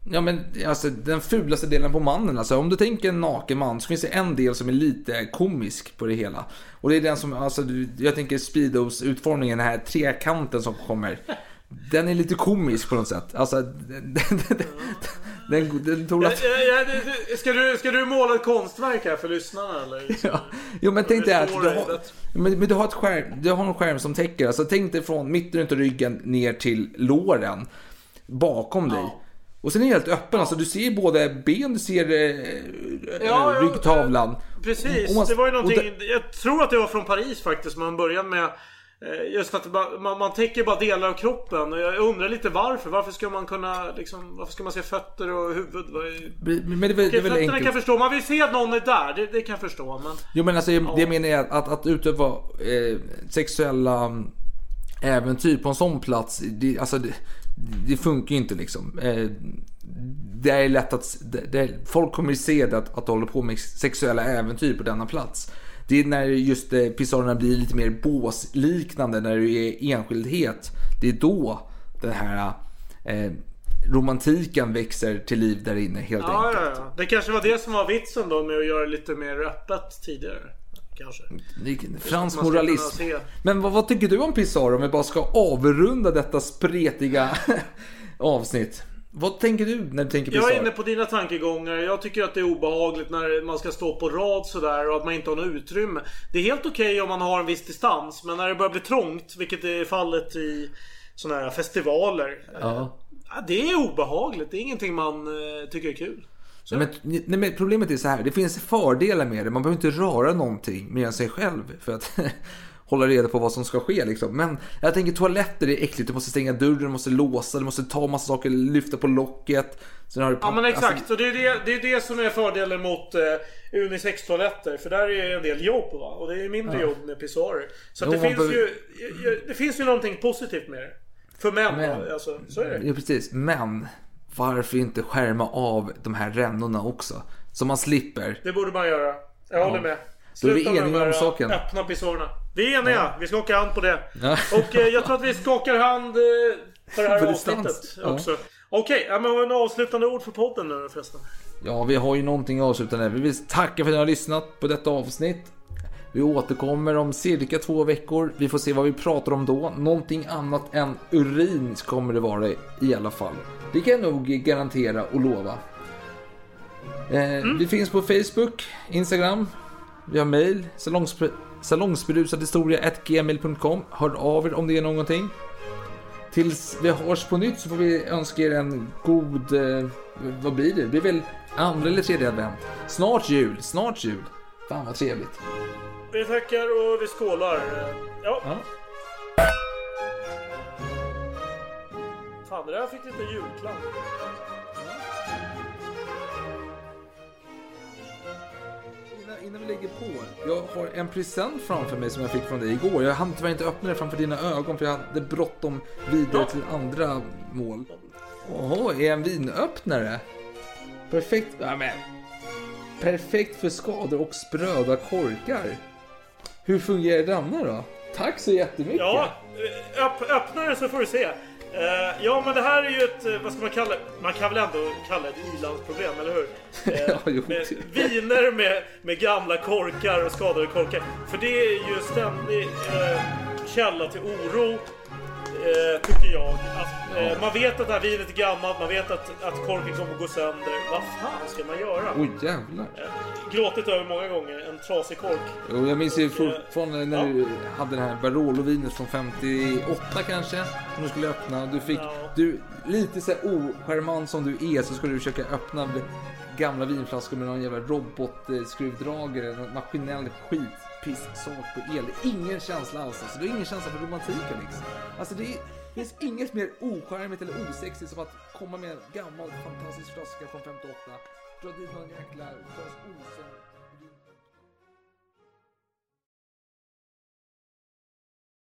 Ja, men alltså den fulaste delen på mannen, alltså om du tänker en naken man så finns det en del som är lite komisk på det hela. Och det är den som, alltså jag tänker Speedos utformningen, den här trekanten som kommer. Den är lite komisk på något sätt. Alltså den, den, den, den tog att... ja, ja, ja, ska, du, ska du måla ett konstverk här för lyssnarna eller? Ja. Jo, men tänk dig att du har, men, men du har ett skärm, du har en skärm som täcker, alltså tänk dig från mitten av ryggen ner till låren bakom dig. Ja. Och sen är det helt öppen, alltså du ser både ben, du ser eh, ja, ryggtavlan. Precis, man, det var ju någonting, det, jag tror att det var från Paris faktiskt, man började med eh, just att man, man täcker bara delar av kroppen. Och jag undrar lite varför, varför ska man kunna liksom, varför ska man se fötter och huvud? Men det är väl, Okej, det är väl fötterna kan jag förstå, man vill se att någon är där, det, det kan jag förstå. Men, jo men alltså, ja. det jag menar är att, att, att utöva eh, sexuella äventyr på en sån plats, det, alltså det, det funkar ju inte liksom. Eh, det är lätt att det, det, folk kommer att se det att, att hålla på med sexuella äventyr på denna plats. Det är när just eh, pisarerna blir lite mer båsliknande, när det är enskildhet. Det är då den här eh, romantiken växer till liv där inne helt ja, enkelt. Ja, ja. Det kanske var det som var vitsen då med att göra lite mer öppet tidigare. Kanske. Fransk moralism. Men vad, vad tycker du om Pissarro om vi bara ska avrunda detta spretiga avsnitt? Vad tänker du när du tänker Pissarro? Jag är inne på dina tankegångar. Jag tycker att det är obehagligt när man ska stå på rad sådär och att man inte har något utrymme. Det är helt okej okay om man har en viss distans, men när det börjar bli trångt, vilket är fallet i såna här festivaler. Ja. Det är obehagligt. Det är ingenting man tycker är kul. Nej, men, nej, men problemet är så här, det finns fördelar med det. Man behöver inte röra någonting mer än sig själv för att hålla reda på vad som ska ske liksom. Men jag tänker toaletter är äckligt. Du måste stänga dörren, du måste låsa, du måste ta massa saker, lyfta på locket. Sen har du ja men exakt, alltså... och det är det, det är det som är fördelen mot uh, unisex-toaletter. För där är en del jobb va? Och det är mindre ja. jobb med pissoarer. Så jo, det, finns behöver... ju, det finns ju någonting positivt med det. För män, men, alltså, så är det. Ja precis, men varför inte skärma av de här rännorna också? Så man slipper. Det borde man göra. Jag håller ja. med. Sluta med de här om öppna pissorna. Vi är eniga. Ja. Vi skakar hand på det. Ja. Och eh, jag tror att vi skakar hand eh, för det här för avsnittet också. Ja. Okej, okay, men har vi en avslutande ord för podden nu förresten? Ja, vi har ju någonting avslutande. Vi vill tacka för att ni har lyssnat på detta avsnitt. Vi återkommer om cirka två veckor. Vi får se vad vi pratar om då. Någonting annat än urin kommer det vara i alla fall. Det kan jag nog garantera och lova. Eh, mm. Vi finns på Facebook, Instagram. Vi har mail, salongsp- salongsberusathistoria at gmail punkt com. Hör av er om det är någonting. Tills vi hörs på nytt så får vi önska er en god... Eh, vad blir det? Det blir väl andra eller tredje advent. Snart jul, snart jul. Fan vad trevligt. Vi tackar och vi skålar. Ja. ja. Fan, det där fick lite julklang. Innan, innan vi lägger på, jag har en present framför mig som jag fick från dig igår. Jag hann tyvärr inte öppna det framför dina ögon för jag hade bråttom vidare ja. till andra mål. Åh, är en vinöppnare? Perfekt, ja, men. Perfekt för skador och spröda korkar. Hur fungerar denna då? Tack så jättemycket. Ja, öpp, öppna det så får du se. Uh, ja, men det här är ju ett, vad ska man kalla, man kan väl ändå kalla det ett ilandsproblem, eller hur? Uh, ja, jo, med viner med, med gamla korkar och skadade korkar. För det är ju ständig uh, källa till oro. Eh, tycker jag att, eh, man vet att det här vinet är gammalt. Man vet att, att korken kommer att gå sönder. Vad fan ska man göra? Oj jävlar. eh, Gråtit över många gånger. En trasig kork. Jo, jag minns ju fortfarande när ja. du hade det här Barolo-vinet från femtioåtta kanske, som du skulle öppna. Du fick, ja. du, lite så här oskärmant som du är, så skulle du försöka öppna gamla vinflaskor med någon jävla robotskruvdragare, någon maskinell skit. Piss, sak på el. Ingen känsla alls. Alltså, det är ingen känsla för romantiken liksom. Alltså det är, finns inget mer oskärmigt eller osexigt som att komma med en gammal fantastisk flaska från femtioåtta. Dra dit någon jäkla osom